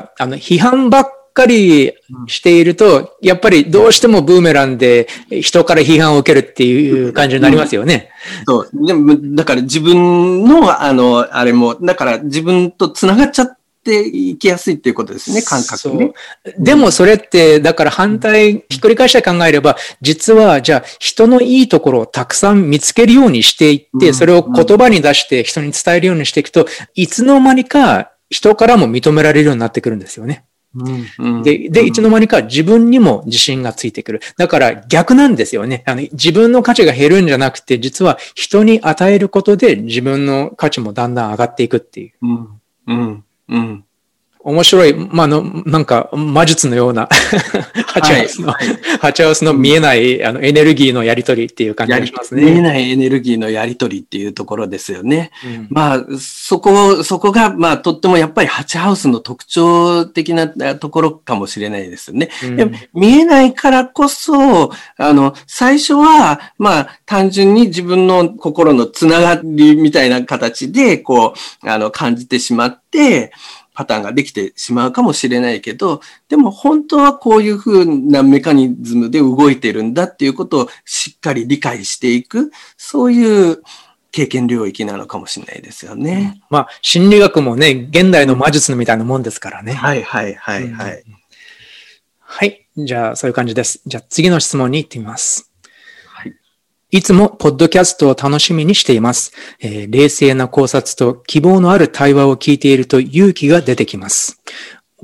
あの、批判ばっかりしていると、やっぱりどうしてもブーメランで人から批判を受けるっていう感じになりますよね。 うん、そう。でも、だから自分の、あの、あれも、だから自分と繋がっちゃっていきやすいっていうことですね、感覚ね。 でもそれって、だから反対、ひっくり返して考えれば、実は、じゃあ人のいいところをたくさん見つけるようにしていって、それを言葉に出して人に伝えるようにしていくと、いつの間にか人からも認められるようになってくるんですよね。 うん、 で、で、いつの間にか自分にも自信がついてくる。だから逆なんですよね。あの、自分の価値が減るんじゃなくて、実は人に与えることで自分の価値もだんだん上がっていくっていう。 うん、うん、うん。 面白い、まあの、なんか魔術のようなハチハウスの、はい、ハチハウスの見えない、うん、あのエネルギーのやり取りっていう感じがしますね。 見えないエネルギーのやり取りっていうところですよね。うん、まあ、そこ、そこが、まあ、とってもやっぱりハチハウスの特徴的なところかもしれないですよね。うん、でも見えないからこそ、あの、最初は、まあ、単純に自分の心のつながりみたいな形で、こう、あの、感じてしまって、パターンができてしまうかもしれないけど、でも本当はこういうふうなメカニズムで動いてるんだっていうことをしっかり理解していく、そういう経験領域なのかもしれないですよね。 うん、まあ、心理学もね、現代の魔術みたいなもんですからね。 はいはいはいはい。うん、 はい。じゃあ、そういう感じです。じゃあ、次の質問に行ってみます。いつもポッドキャストを楽しみにしています、えー。冷静な考察と希望のある対話を聞いていると勇気が出てきます。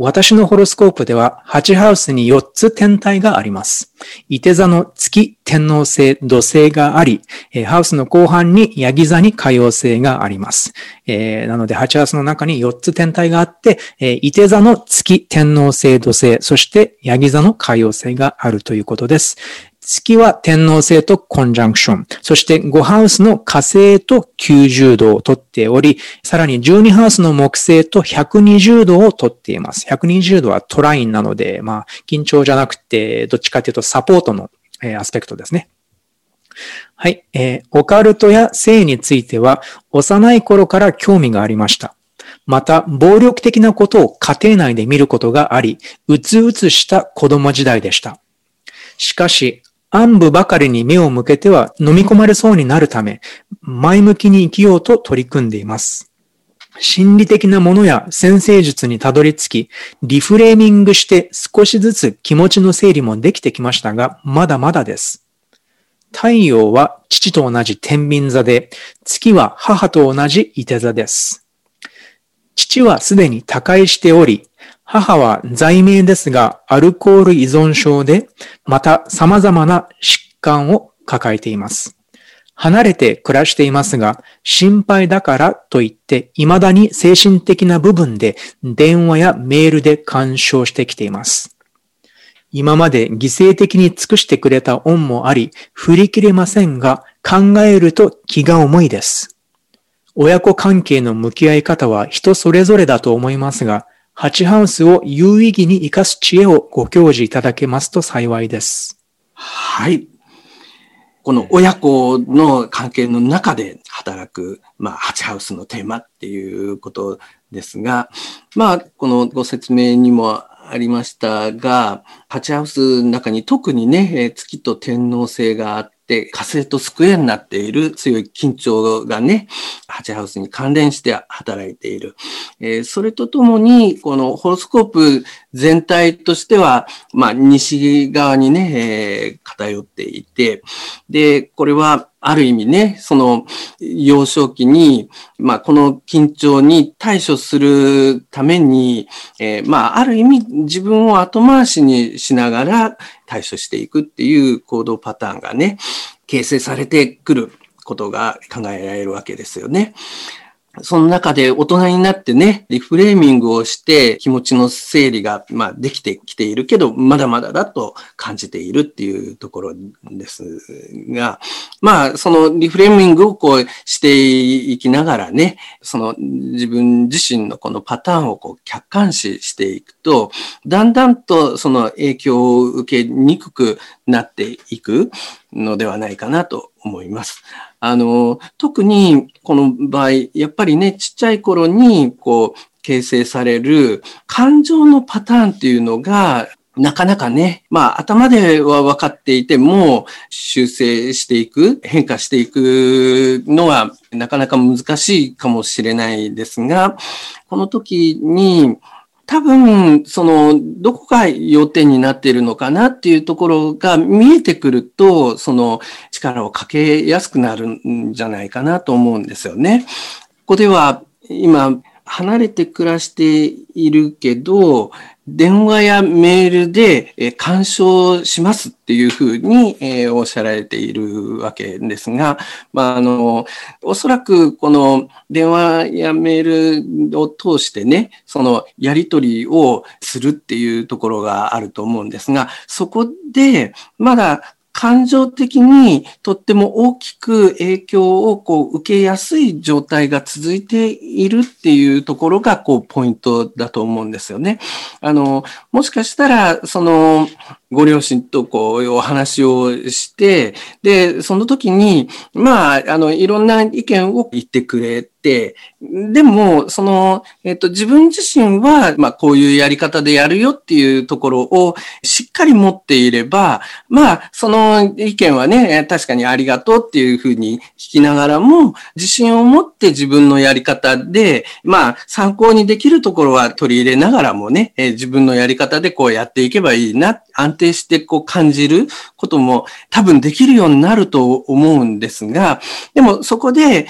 私のホロスコープでは、はちハウスによっつ天体があります。いて座の月、天王星、土星があり、ハウスの後半にヤギ座に海王星があります。えー、なので、はちハウスの中によっつ天体があって、いて座の月、天王星、土星、そしてヤギ座の海王星があるということです。月は天王星とコンジャンクション。そしてごハウスの火星ときゅうじゅうどをとっており、さらにじゅうにハウスの木星とひゃくにじゅうどをとっています。ひゃくにじゅうどはトラインなので、まあ、緊張じゃなくて、どっちかというとサポートの、えー、アスペクトですね。はい、えー。オカルトや性については、幼い頃から興味がありました。また、暴力的なことを家庭内で見ることがあり、うつうつした子供時代でした。しかし、暗部ばかりに目を向けては飲み込まれそうになるため、前向きに生きようと取り組んでいます。心理的なものや占星術にたどり着き、リフレーミングして少しずつ気持ちの整理もできてきましたが、まだまだです。太陽は父と同じ天秤座で、月は母と同じ射手座です。父はすでに他界しており、母は在名ですが、アルコール依存症で、また様々な疾患を抱えています。離れて暮らしていますが、心配だからといって、未だに精神的な部分で電話やメールで干渉してきています。今まで犠牲的に尽くしてくれた恩もあり、振り切れませんが、考えると気が重いです。親子関係の向き合い方は人それぞれだと思いますが、はちハウスを有意義に生かす知恵をご教示いただけますと幸いです。 はい。この親子の関係の中で働く、まあ、はちハウスのテーマっていうことですが、まあ、このご説明にもありましたが、はちハウスの中に特にね、月と天王星があって、火星とスクエアになっている強い緊張がね、はちハウスに関連して働いている。えー、それとともに、このホロスコープ全体としては、まあ、西側にね、えー、偏っていて、で、これは、ある意味ね、その幼少期に、まあ、この緊張に対処するために、えー、まあ、ある意味自分を後回しにしながら対処していくっていう行動パターンがね、形成されてくることが考えられるわけですよね。その中で大人になってね、リフレーミングをして気持ちの整理が、まあ、できてきているけど、まだまだだと感じているっていうところですが、まあ、そのリフレーミングをこうしていきながらね、その自分自身のこのパターンをこう客観視していくと、だんだんとその影響を受けにくくなっていくのではないかなと思います。あの、特にこの場合、やっぱりね、ちっちゃい頃にこう形成される感情のパターンっていうのが、なかなかね、まあ頭では分かっていても修正していく、変化していくのはなかなか難しいかもしれないですが、この時に多分、その、どこが要点になっているのかなっていうところが見えてくると、その力をかけやすくなるんじゃないかなと思うんですよね。ここでは今、離れて暮らしているけど、電話やメールで干渉しますっていうふうにおっしゃられているわけですが、まあ、あの、おそらくこの電話やメールを通してね、そのやり取りをするっていうところがあると思うんですが、そこでまだ感情的にとっても大きく影響をこう受けやすい状態が続いているっていうところがこうポイントだと思うんですよね。あの、もしかしたらそのご両親とこうお話をして、で、その時に、まあ、あの、いろんな意見を言ってくれて、でも、その、えっと、自分自身は、まあ、こういうやり方でやるよっていうところをしっかり持っていれば、まあ、その意見はね、確かにありがとうっていうふうに聞きながらも、自信を持って自分のやり方で、まあ、参考にできるところは取り入れながらもね、え自分のやり方でこうやっていけばいいな、安定してこう感じることも多分できるようになると思うんですが、でもそこで、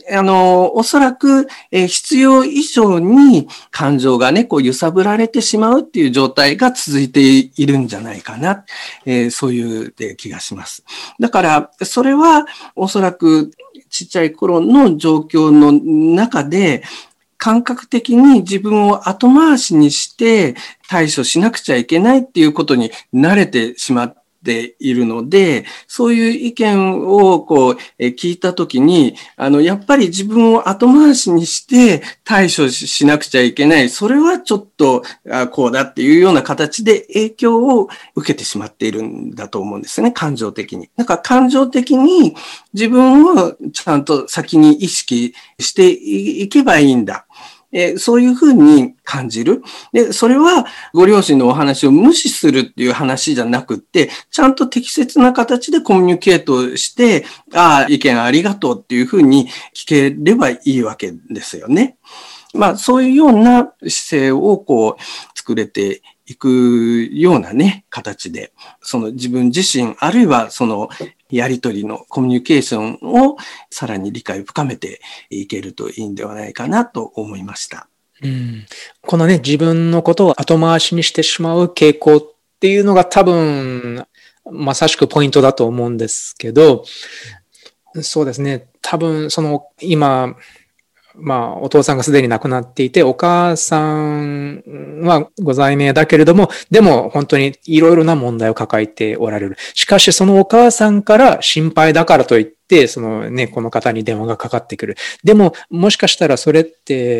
あの、おそらく、えー、必要以上に感情がね、こう揺さぶられてしまうっていう状態が続いているんじゃないかな。えー、そういう気がします。だから、それはおそらくちっちゃい頃の状況の中で、感覚的に自分を後回しにして対処しなくちゃいけないっていうことに慣れてしまっているので、そういう意見をこう聞いたときに、あの、やっぱり自分を後回しにして対処しなくちゃいけない。それはちょっとこうだっていうような形で影響を受けてしまっているんだと思うんですね。感情的に。だから感情的に自分をちゃんと先に意識していけばいいんだ。えー、そういうふうに感じる。で、それはご両親のお話を無視するっていう話じゃなくって、ちゃんと適切な形でコミュニケートして、ああ、意見ありがとうっていうふうに聞ければいいわけですよね。まあ、そういうような姿勢をこう、作れていくようなね、形で、その自分自身、あるいはそのやりとりのコミュニケーションをさらに理解を深めていけるといいんではないかなと思いました。 うん、このね、自分のことを後回しにしてしまう傾向っていうのが多分、まさしくポイントだと思うんですけど、そうですね、多分その今、まあ、お父さんがすでに亡くなっていて、お母さんはご在命だけれども、でも本当にいろいろな問題を抱えておられる。しかし、そのお母さんから心配だからといって、そのね、この方に電話がかかってくる。でも、もしかしたらそれって、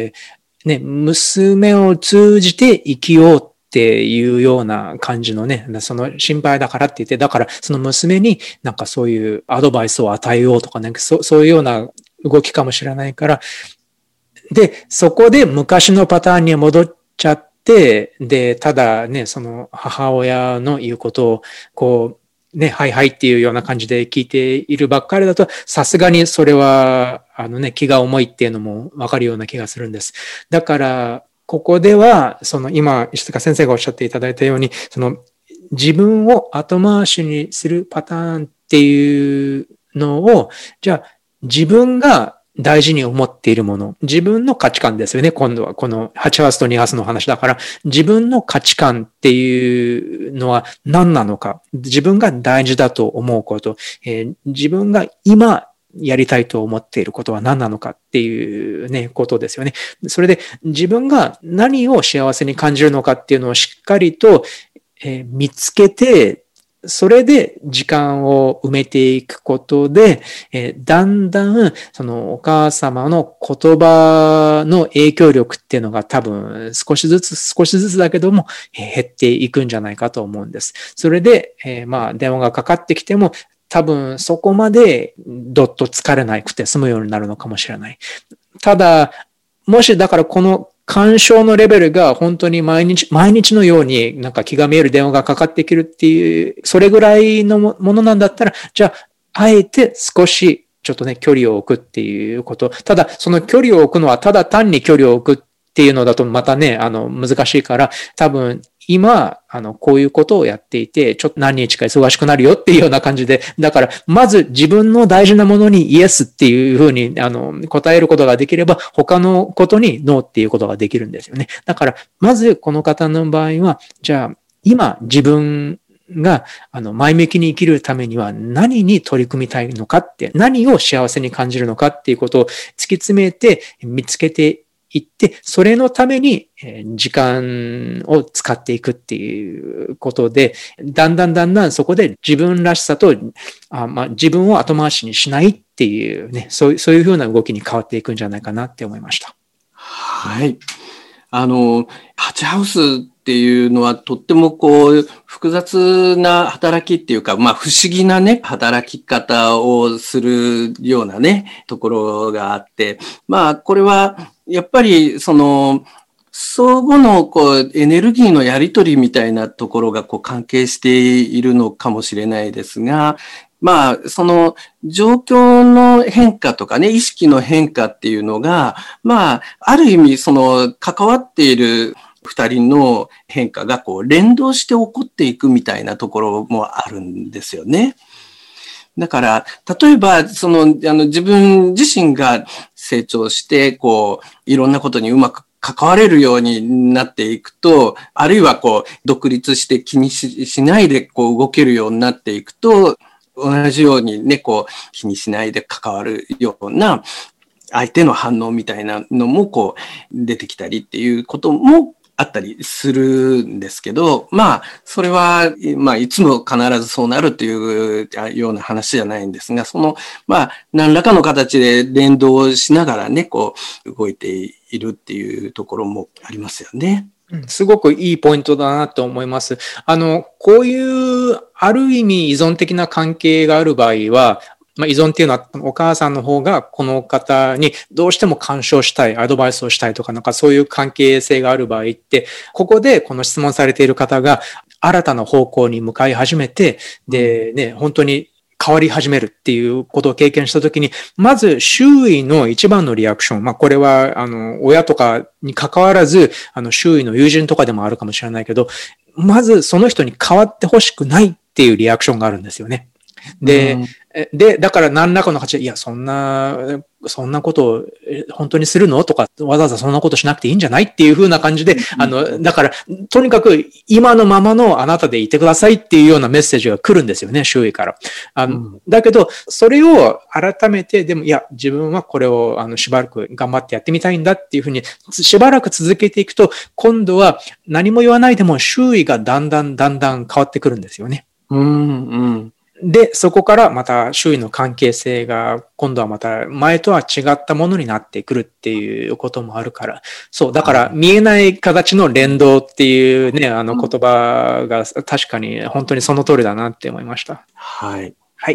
ね、娘を通じて生きようっていうような感じのね、その心配だからって言って、だからその娘になんかそういうアドバイスを与えようとかね、そ う, そういうような動きかもしれないから、で、そこで昔のパターンに戻っちゃって、で、ただね、その母親の言うことを、こう、ね、はいはいっていうような感じで聞いているばっかりだと、さすがにそれは、あのね、気が重いっていうのもわかるような気がするんです。だから、ここでは、その今、石塚先生がおっしゃっていただいたように、その自分を後回しにするパターンっていうのを、じゃあ自分が大事に思っているもの。自分の価値観ですよね。今度はこのはちハウスとにハウスの話だから、自分の価値観っていうのは何なのか。自分が大事だと思うこと。えー、自分が今やりたいと思っていることは何なのかっていうね、ことですよね。それで自分が何を幸せに感じるのかっていうのをしっかりと、えー、見つけて、それで時間を埋めていくことで、えー、だんだんそのお母様の言葉の影響力っていうのが多分少しずつ少しずつだけども、えー、減っていくんじゃないかと思うんです。それで、えー、まあ電話がかかってきても多分そこまでどっと疲れなくて済むようになるのかもしれない。ただ、もしだからこの干渉のレベルが本当に毎日、毎日のようになんか気が見える電話がかかってくるっていう、それぐらいのものなんだったら、じゃあ、あえて少しちょっとね、距離を置くっていうこと。ただ、その距離を置くのはただ単に距離を置くっていうのだとまたね、あの、難しいから、多分、今、あの、こういうことをやっていて、ちょっと何日か忙しくなるよっていうような感じで、だから、まず自分の大事なものにイエスっていうふうに、あの、答えることができれば、他のことにノーっていうことができるんですよね。だから、まずこの方の場合は、じゃあ、今自分が、あの、前向きに生きるためには何に取り組みたいのかって、何を幸せに感じるのかっていうことを突き詰めて見つけて行って、それのために時間を使っていくっていうことで、だんだんだんだんそこで自分らしさと、あまあ、自分を後回しにしないっていうね、そういう、そういうふうな動きに変わっていくんじゃないかなって思いました。 はい。あの、はちハウスっていうのはとってもこう複雑な働きっていうか、まあ不思議なね、働き方をするようなね、ところがあって、まあこれはやっぱりその、相互のこうエネルギーのやり取りみたいなところがこう関係しているのかもしれないですが、まあ、その状況の変化とかね、意識の変化っていうのが、まあ、ある意味その関わっている二人の変化がこう連動して起こっていくみたいなところもあるんですよね。 だから、例えば、その、あの、自分自身が成長して、こう、いろんなことにうまく関われるようになっていくと、あるいはこう、独立して気に し, しないでこう動けるようになっていくと、同じようにね、こう、気にしないで関わるような、相手の反応みたいなのもこう、出てきたりっていうこともあったりするんですけど、まあ、それは、まあ、いつも必ずそうなるっていうような話じゃないんですが、その、まあ、何らかの形で連動しながらね、こう、動いているっていうところもありますよね。 すごくいいポイントだなと思います。あの、こういう、ある意味依存的な関係がある場合は、まあ、依存っていうのはお母さんの方がこの方にどうしても干渉したい、アドバイスをしたいとかなんかそういう関係性がある場合って、ここでこの質問されている方が新たな方向に向かい始めて、でね、本当に変わり始めるっていうことを経験したときに、まず周囲の一番のリアクション、まあこれはあの親とかに関わらず、あの周囲の友人とかでもあるかもしれないけど、まずその人に変わってほしくないっていうリアクションがあるんですよね。で、うんで、だから何らかの形で、いや、そんな、そんなことを本当にするのとか、わざわざそんなことしなくていいんじゃないっていう風な感じで、あの、だから、とにかく今のままのあなたでいてくださいっていうようなメッセージが来るんですよね、周囲から。あの、うん、だけど、それを改めて、でも、いや、自分はこれを、あの、しばらく頑張ってやってみたいんだっていう風に、しばらく続けていくと、今度は何も言わないでも周囲がだんだんだんだん変わってくるんですよね。 うん、うん。 で、そこからまた周囲の関係性が今度はまた前とは違ったものになってくるっていうこともあるから。そう、だから見えない形の連動っていうね、あの言葉が確かに本当にその通りだなって思いました。 はい。 はい。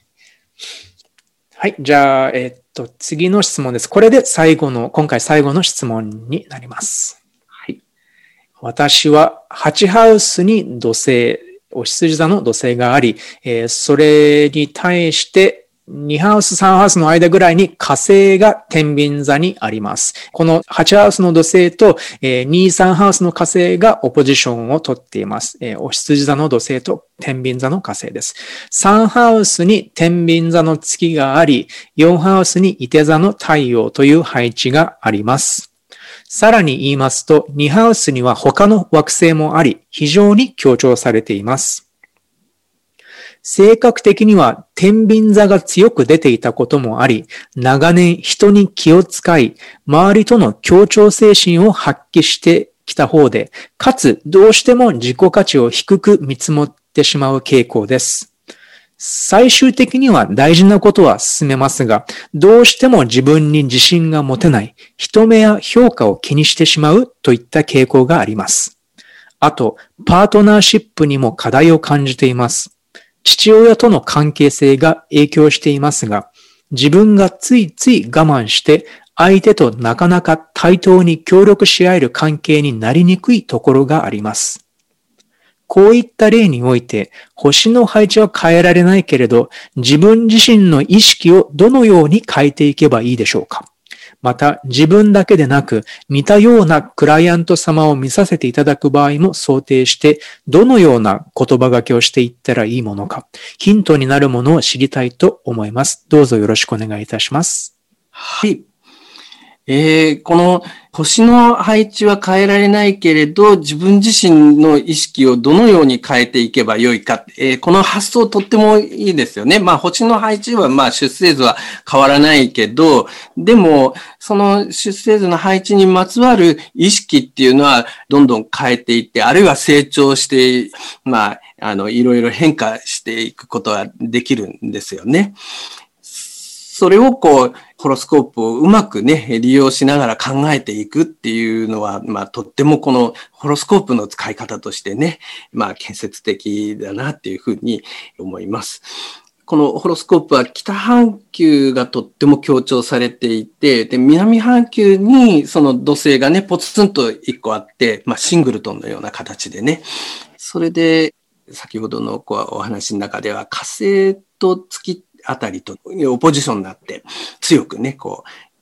はい。じゃあ、えっと、次の質問です。これで最後の、今回最後の質問になります。 はい。 私ははちハウスに土星、お羊座の土星があり、えー、それに対してにハウス、さんハウスの間ぐらいに火星が天秤座にあります。このはちハウスの土星と、えー、に、さんハウスの火星がオポジションをとっています。えー、お羊座の土星と天秤座の火星です。さんハウスに天秤座の月があり、よんハウスに射手座の太陽という配置があります。さらに言いますと、にハウスには他の惑星もあり、非常に強調されています。性格的には天秤座が強く出ていたこともあり、長年人に気を使い、周りとの協調精神を発揮してきた方で、かつどうしても自己価値を低く見積もってしまう傾向です。最終的には大事なことは進めますが、どうしても自分に自信が持てない、人目や評価を気にしてしまうといった傾向があります。あと、パートナーシップにも課題を感じています。父親との関係性が影響していますが、自分がついつい我慢して相手となかなか対等に協力し合える関係になりにくいところがあります。こういった例において、星の配置は変えられないけれど、自分自身の意識をどのように変えていけばいいでしょうか。また、自分だけでなく、似たようなクライアント様を見させていただく場合も想定して、どのような言葉がけをしていったらいいものか、ヒントになるものを知りたいと思います。どうぞよろしくお願いいたします。 はい。えー、この星の配置は変えられないけれど、自分自身の意識をどのように変えていけばよいか。えー、この発想とってもいいですよね。まあ星の配置はまあ出生図は変わらないけど、でもその出生図の配置にまつわる意識っていうのはどんどん変えていって、あるいは成長して、まあ、あの、いろいろ変化していくことができるんですよね。それをこう、ホロスコープをうまくね、利用しながら考えていくっていうのは、まあ、とってもこのホロスコープの使い方としてね、まあ、建設的だなっていうふうに思います。このホロスコープは北半球がとっても強調されていて、で、南半球にその土星がね、ポツンと一個あって、まあ、シングルトンのような形でね、それで、先ほどのこうお話の中では火星と月あたりとオポジションになって強くね、こう、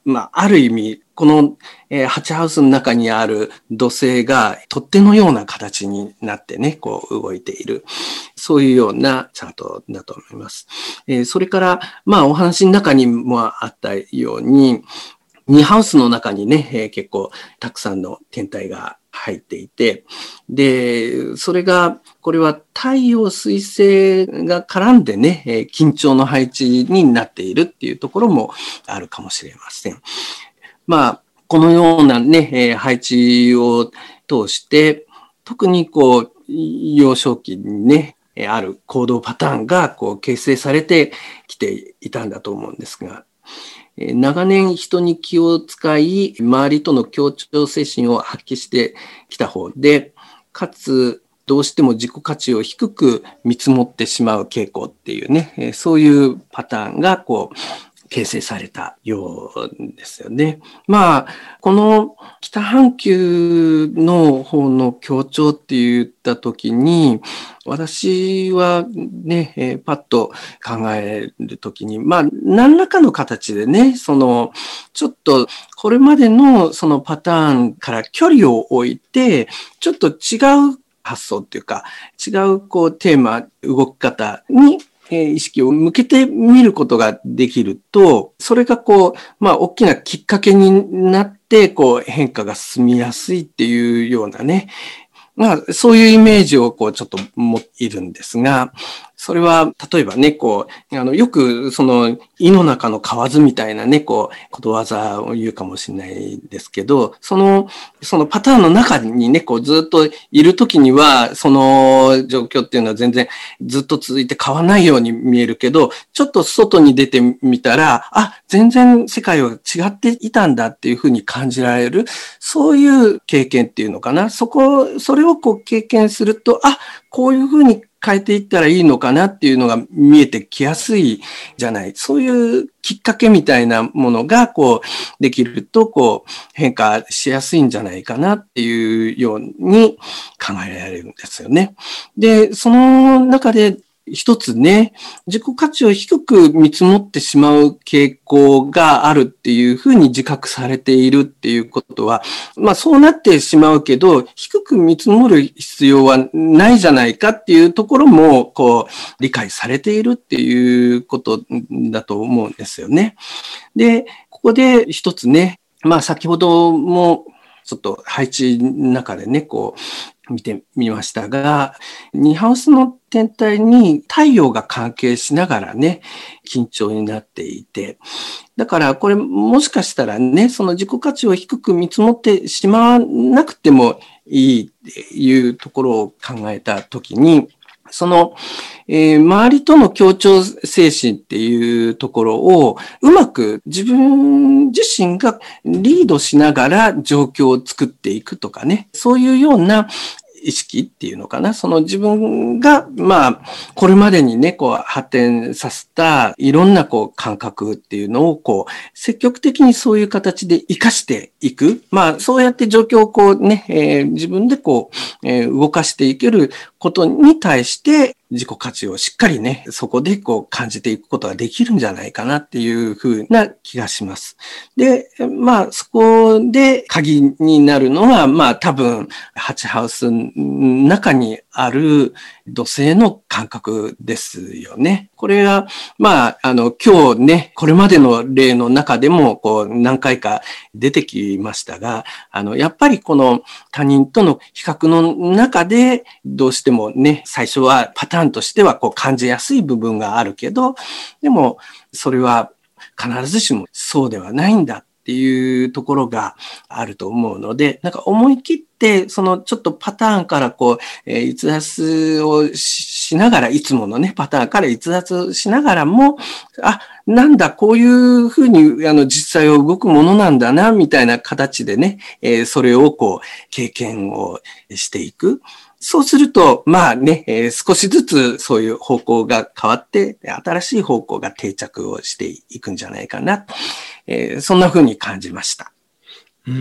まあ、ある意味、この、えー、ハチハウスの中にある土星が取っ手のような形になってね、こう動いている。そういうようなチャートだと思います。えー、それから、まあ、お話の中にもあったように、にハウスの中にね、えー、結構たくさんの天体が入っていて、で、それが、これは太陽水星が絡んでね、えー、緊張の配置になっているっていうところもあるかもしれません。まあ、このようなね、えー、配置を通して、特にこう、幼少期にね、ある行動パターンがこう形成されてきていたんだと思うんですが、長年人に気を使い、周りとの協調精神を発揮してきた方で、かつどうしても自己価値を低く見積もってしまう傾向っていうね、そういうパターンがこう形成されたようですよね。まあ、この北半球の方の協調って言ったときに、私はね、えー、パッと考えるときに、まあ、何らかの形でね、その、ちょっと、これまでのそのパターンから距離を置いて、ちょっと違う発想っていうか、違うこうテーマ、動き方に意識を向けてみることができると、それがこう、まあ、大きなきっかけになって、こう、変化が進みやすいっていうようなね、まあ、そういうイメージをこう、ちょっと持っているんですが、それは、例えばね、こう、あの、よく、その、井の中の蛙みたいなね、こう、ことわざを言うかもしれないですけど、その、そのパターンの中にね、こう、ずっといるときには、その状況っていうのは全然ずっと続いて変わらないように見えるけど、ちょっと外に出てみたら、あ、全然世界は違っていたんだっていうふうに感じられる、そういう経験っていうのかな。そこ、それをこう経験すると、あ、こういうふうに変えていったらいいのかなっていうのが見えてきやすいじゃない。そういうきっかけみたいなものがこうできるとこう変化しやすいんじゃないかなっていうように考えられるんですよね。で、その中で一つね、自己価値を低く見積もってしまう傾向があるっていうふうに自覚されているっていうことは、まあそうなってしまうけど、低く見積もる必要はないじゃないかっていうところも、こう、理解されているっていうことだと思うんですよね。で、ここで一つね、まあ先ほどもちょっと配置の中でね、こう、見てみましたが、にハウスの天体に太陽が関係しながらね、緊張になっていて、だからこれもしかしたらね、その自己価値を低く見積もってしまわなくてもいいっていうところを考えたときに、その、えー、周りとの協調精神っていうところをうまく自分自身がリードしながら状況を作っていくとかね、そういうような意識っていうのかな。その自分が、まあ、これまでにね、こう発展させたいろんなこう感覚っていうのをこう積極的にそういう形で活かしていく。まあ、そうやって状況をこうね、えー、自分でこう、えー、動かしていけることに対して自己価値をしっかりね、そこでこう感じていくことができるんじゃないかなっていうふうな気がします。で、まあ、そこで鍵になるのは、まあ、多分、ハチハウスの中にある土星の感覚ですよね。これが、まあ、あの、今日ね、これまでの例の中でも、こう、何回か出てきましたが、あの、やっぱりこの他人との比較の中で、どうしてもね、最初はパターンとしてはこう感じやすい部分があるけど、でも、それは必ずしもそうではないんだっていうところがあると思うので、なんか思い切って、そのちょっとパターンからこう、えー、逸脱をしながら、いつものね、パターンから逸脱しながらも、あ、なんだ、こういうふうにあの実際を動くものなんだな、みたいな形でね、えー、それをこう、経験をしていく。そうすると、まあね、えー、少しずつそういう方向が変わって、新しい方向が定着をしていくんじゃないかな。えー、そんな風に感じました。 うん、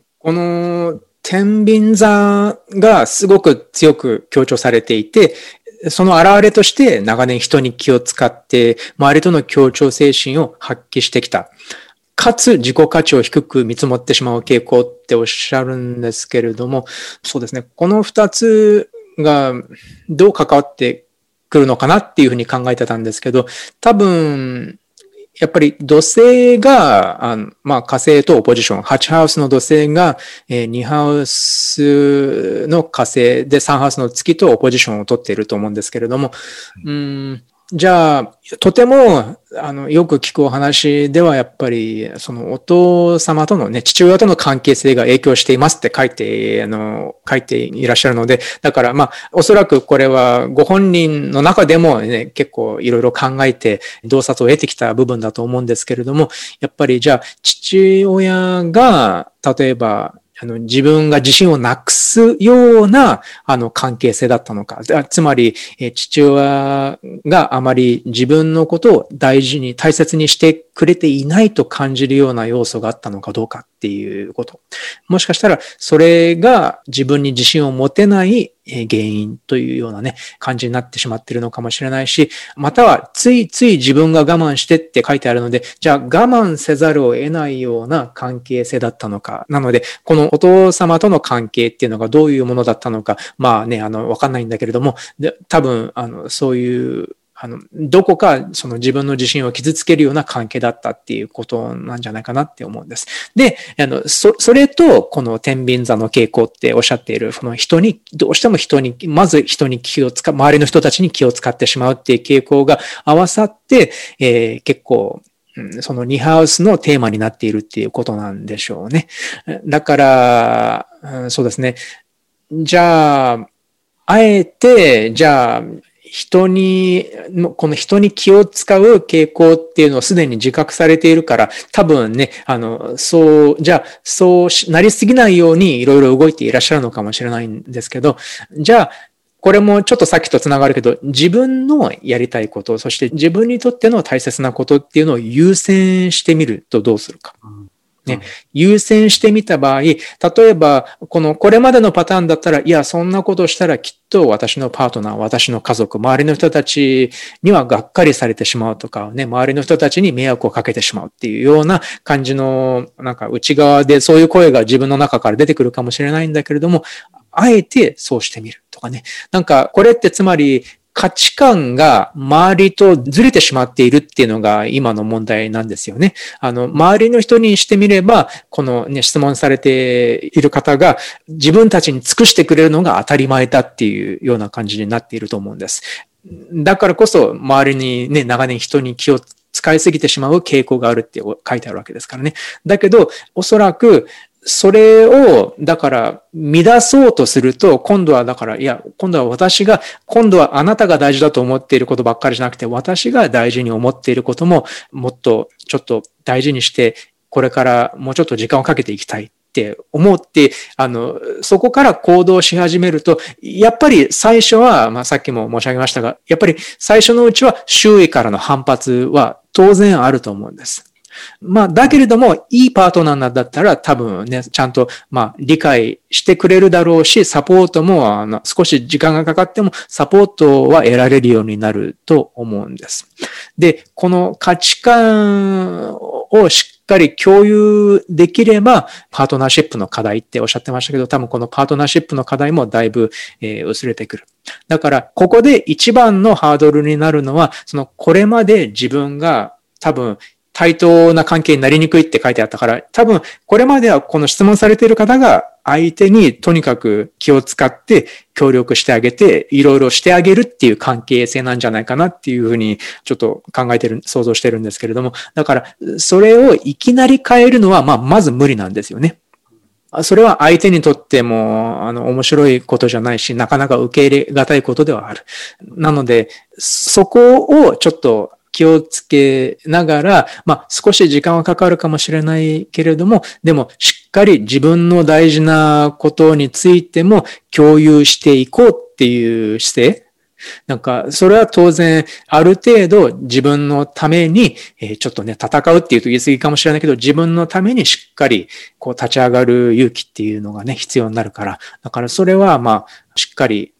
この天秤座がすごく強く強調されていて、その表れとして長年人に気を使って、周りとの協調精神を発揮してきた。 かつ自己価値を低く見積もってしまう傾向っておっしゃるんですけれども、そうですね。この二つがどう関わってくるのかなっていうふうに考えてたんですけど、多分、やっぱり土星が、あのまあ火星とオポジション、はちハウスの土星が、えー、にハウスの火星でさんハウスの月とオポジションを取っていると思うんですけれども、うん、じゃあ、とても、あの、よく聞くお話では、やっぱり、そのお父様とのね、父親との関係性が影響していますって書いて、あの、書いていらっしゃるので、だから、まあ、おそらくこれはご本人の中でもね、結構いろいろ考えて、洞察を得てきた部分だと思うんですけれども、やっぱり、じゃあ、父親が、例えば、あの、自分が自信をなくすような、あの、関係性だったのか。つまり、え父親があまり自分のことを大事に、大切にしてくれていないと感じるような要素があったのかどうかっていうこと。もしかしたら、それが自分に自信を持てない原因というようなね、感じになってしまっているのかもしれないし、またはついつい自分が我慢してって書いてあるので、じゃあ我慢せざるを得ないような関係性だったのか。なので、このお父様との関係っていうのがどういうものだったのか、まあね、あの、わかんないんだけれども、で多分、あの、そういう、あの、どこかその自分の自信を傷つけるような関係だったっていうことなんじゃないかなって思うんです。で、あの、そ、それと、この天秤座の傾向っておっしゃっている、その人に、どうしても人に、まず人に気を使う、周りの人たちに気を使ってしまうっていう傾向が合わさって、えー、結構、そのにハウスのテーマになっているっていうことなんでしょうね。だから、そうですね。じゃあ、あえて、じゃあ、人に、この人に気を使う傾向っていうのをすでに自覚されているから、多分ね、あの、そう、じゃあ、そうなりすぎないようにいろいろ動いていらっしゃるのかもしれないんですけど、じゃあ、これもちょっとさっきとつながるけど、自分のやりたいこと、そして自分にとっての大切なことっていうのを優先してみるとどうするか。ね、優先してみた場合、例えば、この、これまでのパターンだったら、いや、そんなことしたらきっと私のパートナー、私の家族、周りの人たちにはがっかりされてしまうとか、ね、周りの人たちに迷惑をかけてしまうっていうような感じの、なんか内側でそういう声が自分の中から出てくるかもしれないんだけれども、あえてそうしてみるとかね。なんか、これってつまり、価値観が周りとずれてしまっているっていうのが今の問題なんですよね。あの、周りの人にしてみれば、このね、質問されている方が自分たちに尽くしてくれるのが当たり前だっていうような感じになっていると思うんです。だからこそ、周りにね、長年人に気を使いすぎてしまう傾向があるって書いてあるわけですからね。だけど、おそらく、それを、だから、乱そうとすると、今度は、だから、いや、今度は私が、今度はあなたが大事だと思っていることばっかりじゃなくて、私が大事に思っていることも、もっと、ちょっと大事にして、これからもうちょっと時間をかけていきたいって思って、あの、そこから行動し始めると、やっぱり最初は、まあさっきも申し上げましたが、やっぱり最初のうちは周囲からの反発は当然あると思うんです。まあ、だけれども、いいパートナーだったら多分ね、ちゃんと、まあ、理解してくれるだろうし、サポートも、あの、少し時間がかかっても、サポートは得られるようになると思うんです。で、この価値観をしっかり共有できれば、パートナーシップの課題っておっしゃってましたけど、多分このパートナーシップの課題もだいぶ、えー、薄れてくる。だから、ここで一番のハードルになるのは、その、これまで自分が多分、対等な関係になりにくいって書いてあったから、多分これまではこの質問されている方が相手にとにかく気を使って協力してあげて、いろいろしてあげるっていう関係性なんじゃないかなっていうふうにちょっと考えてる、想像してるんですけれども、だからそれをいきなり変えるのは、まあまず無理なんですよね。それは相手にとっても、あの、面白いことじゃないし、なかなか受け入れがたいことではある。なので、そこをちょっと気をつけながら、まあ少し時間はかかるかもしれないけれども、でもしっかり自分の大事なことについても共有していこうっていう姿勢。なんか、それは当然、ある程度自分のために、えー、ちょっとね、戦うっていうと言い過ぎかもしれないけど、自分のためにしっかり、こう立ち上がる勇気っていうのがね、必要になるから。だからそれは、まあ、しっかり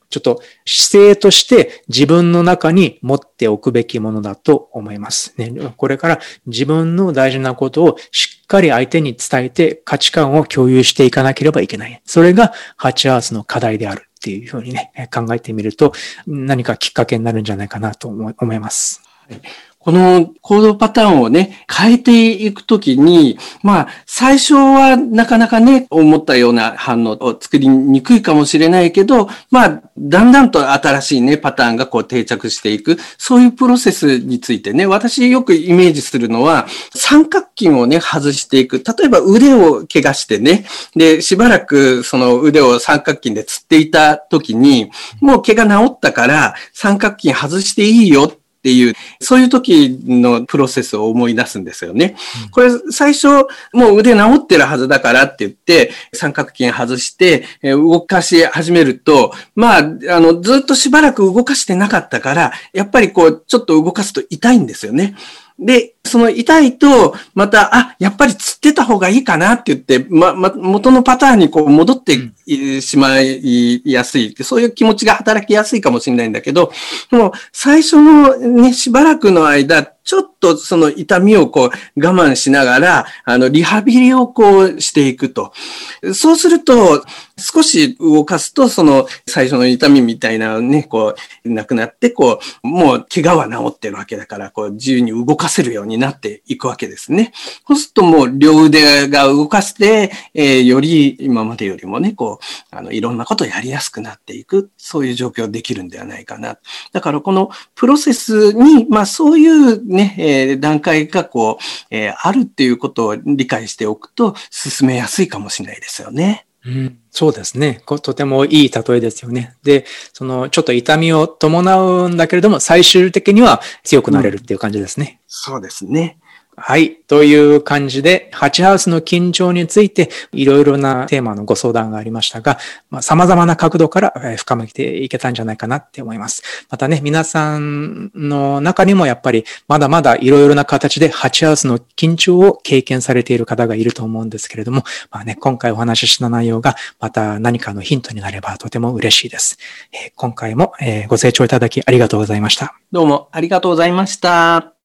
ちょっと姿勢として自分の中に持っておくべきものだと思いますね。これから自分の大事なことをしっかり相手に伝えて価値観を共有していかなければいけない。それがハチハウスの課題であるっていうふうにね、考えてみると何かきっかけになるんじゃないかなと思います。 はい、この行動パターンをね、変えていくときに、まあ、最初はなかなかね、思ったような反応を作りにくいかもしれないけど、まあ、だんだんと新しいね、パターンがこう定着していく、そういうプロセスについてね、私よくイメージするのは、三角筋をね、外していく。例えば腕を怪我してね、で、しばらくその腕を三角筋でつっていたときに、もう怪我治ったから三角筋外していいよっていう、そういう時のプロセスを思い出すんですよね。これ最初もう腕治ってるはずだからって言って三角筋外して動かし始めると、まあ、あの、ずっとしばらく動かしてなかったから、やっぱりこう、ちょっと動かすと痛いんですよね。で、その痛いと、また、あ、やっぱり釣ってた方がいいかなって言って、ま、ま、元のパターンにこう戻ってしまいやすい。そういう気持ちが働きやすいかもしれないんだけど、もう最初のね、しばらくの間、ちょっとその痛みをこう我慢しながら、あの、リハビリをこうしていくと。そうすると、少し動かすと、その最初の痛みみたいなね、こう、なくなって、こう、もう怪我は治ってるわけだから、こう、自由に動かせるようになっていくわけですね。そうするともう両腕が動かして、えー、より今までよりもね、こう、あの、いろんなことをやりやすくなっていく、そういう状況できるんではないかな。だからこのプロセスに、まあそういうね、えー、段階がこう、えー、あるっていうことを理解しておくと進めやすいかもしれないですよね。 うん、そうですね。とてもいい例えですよね。で、そのちょっと痛みを伴うんだけれども、最終的には強くなれるっていう感じですね。 うん、そうですね。 はい。という感じで、ハチハウスの緊張について、いろいろなテーマのご相談がありましたが、まあ、様々な角度から深めていけたんじゃないかなって思います。またね、皆さんの中にもやっぱり、まだまだいろいろな形でハチハウスの緊張を経験されている方がいると思うんですけれども、まあね、今回お話しした内容が、また何かのヒントになればとても嬉しいです。えー、今回もご清聴いただきありがとうございました。 どうもありがとうございました。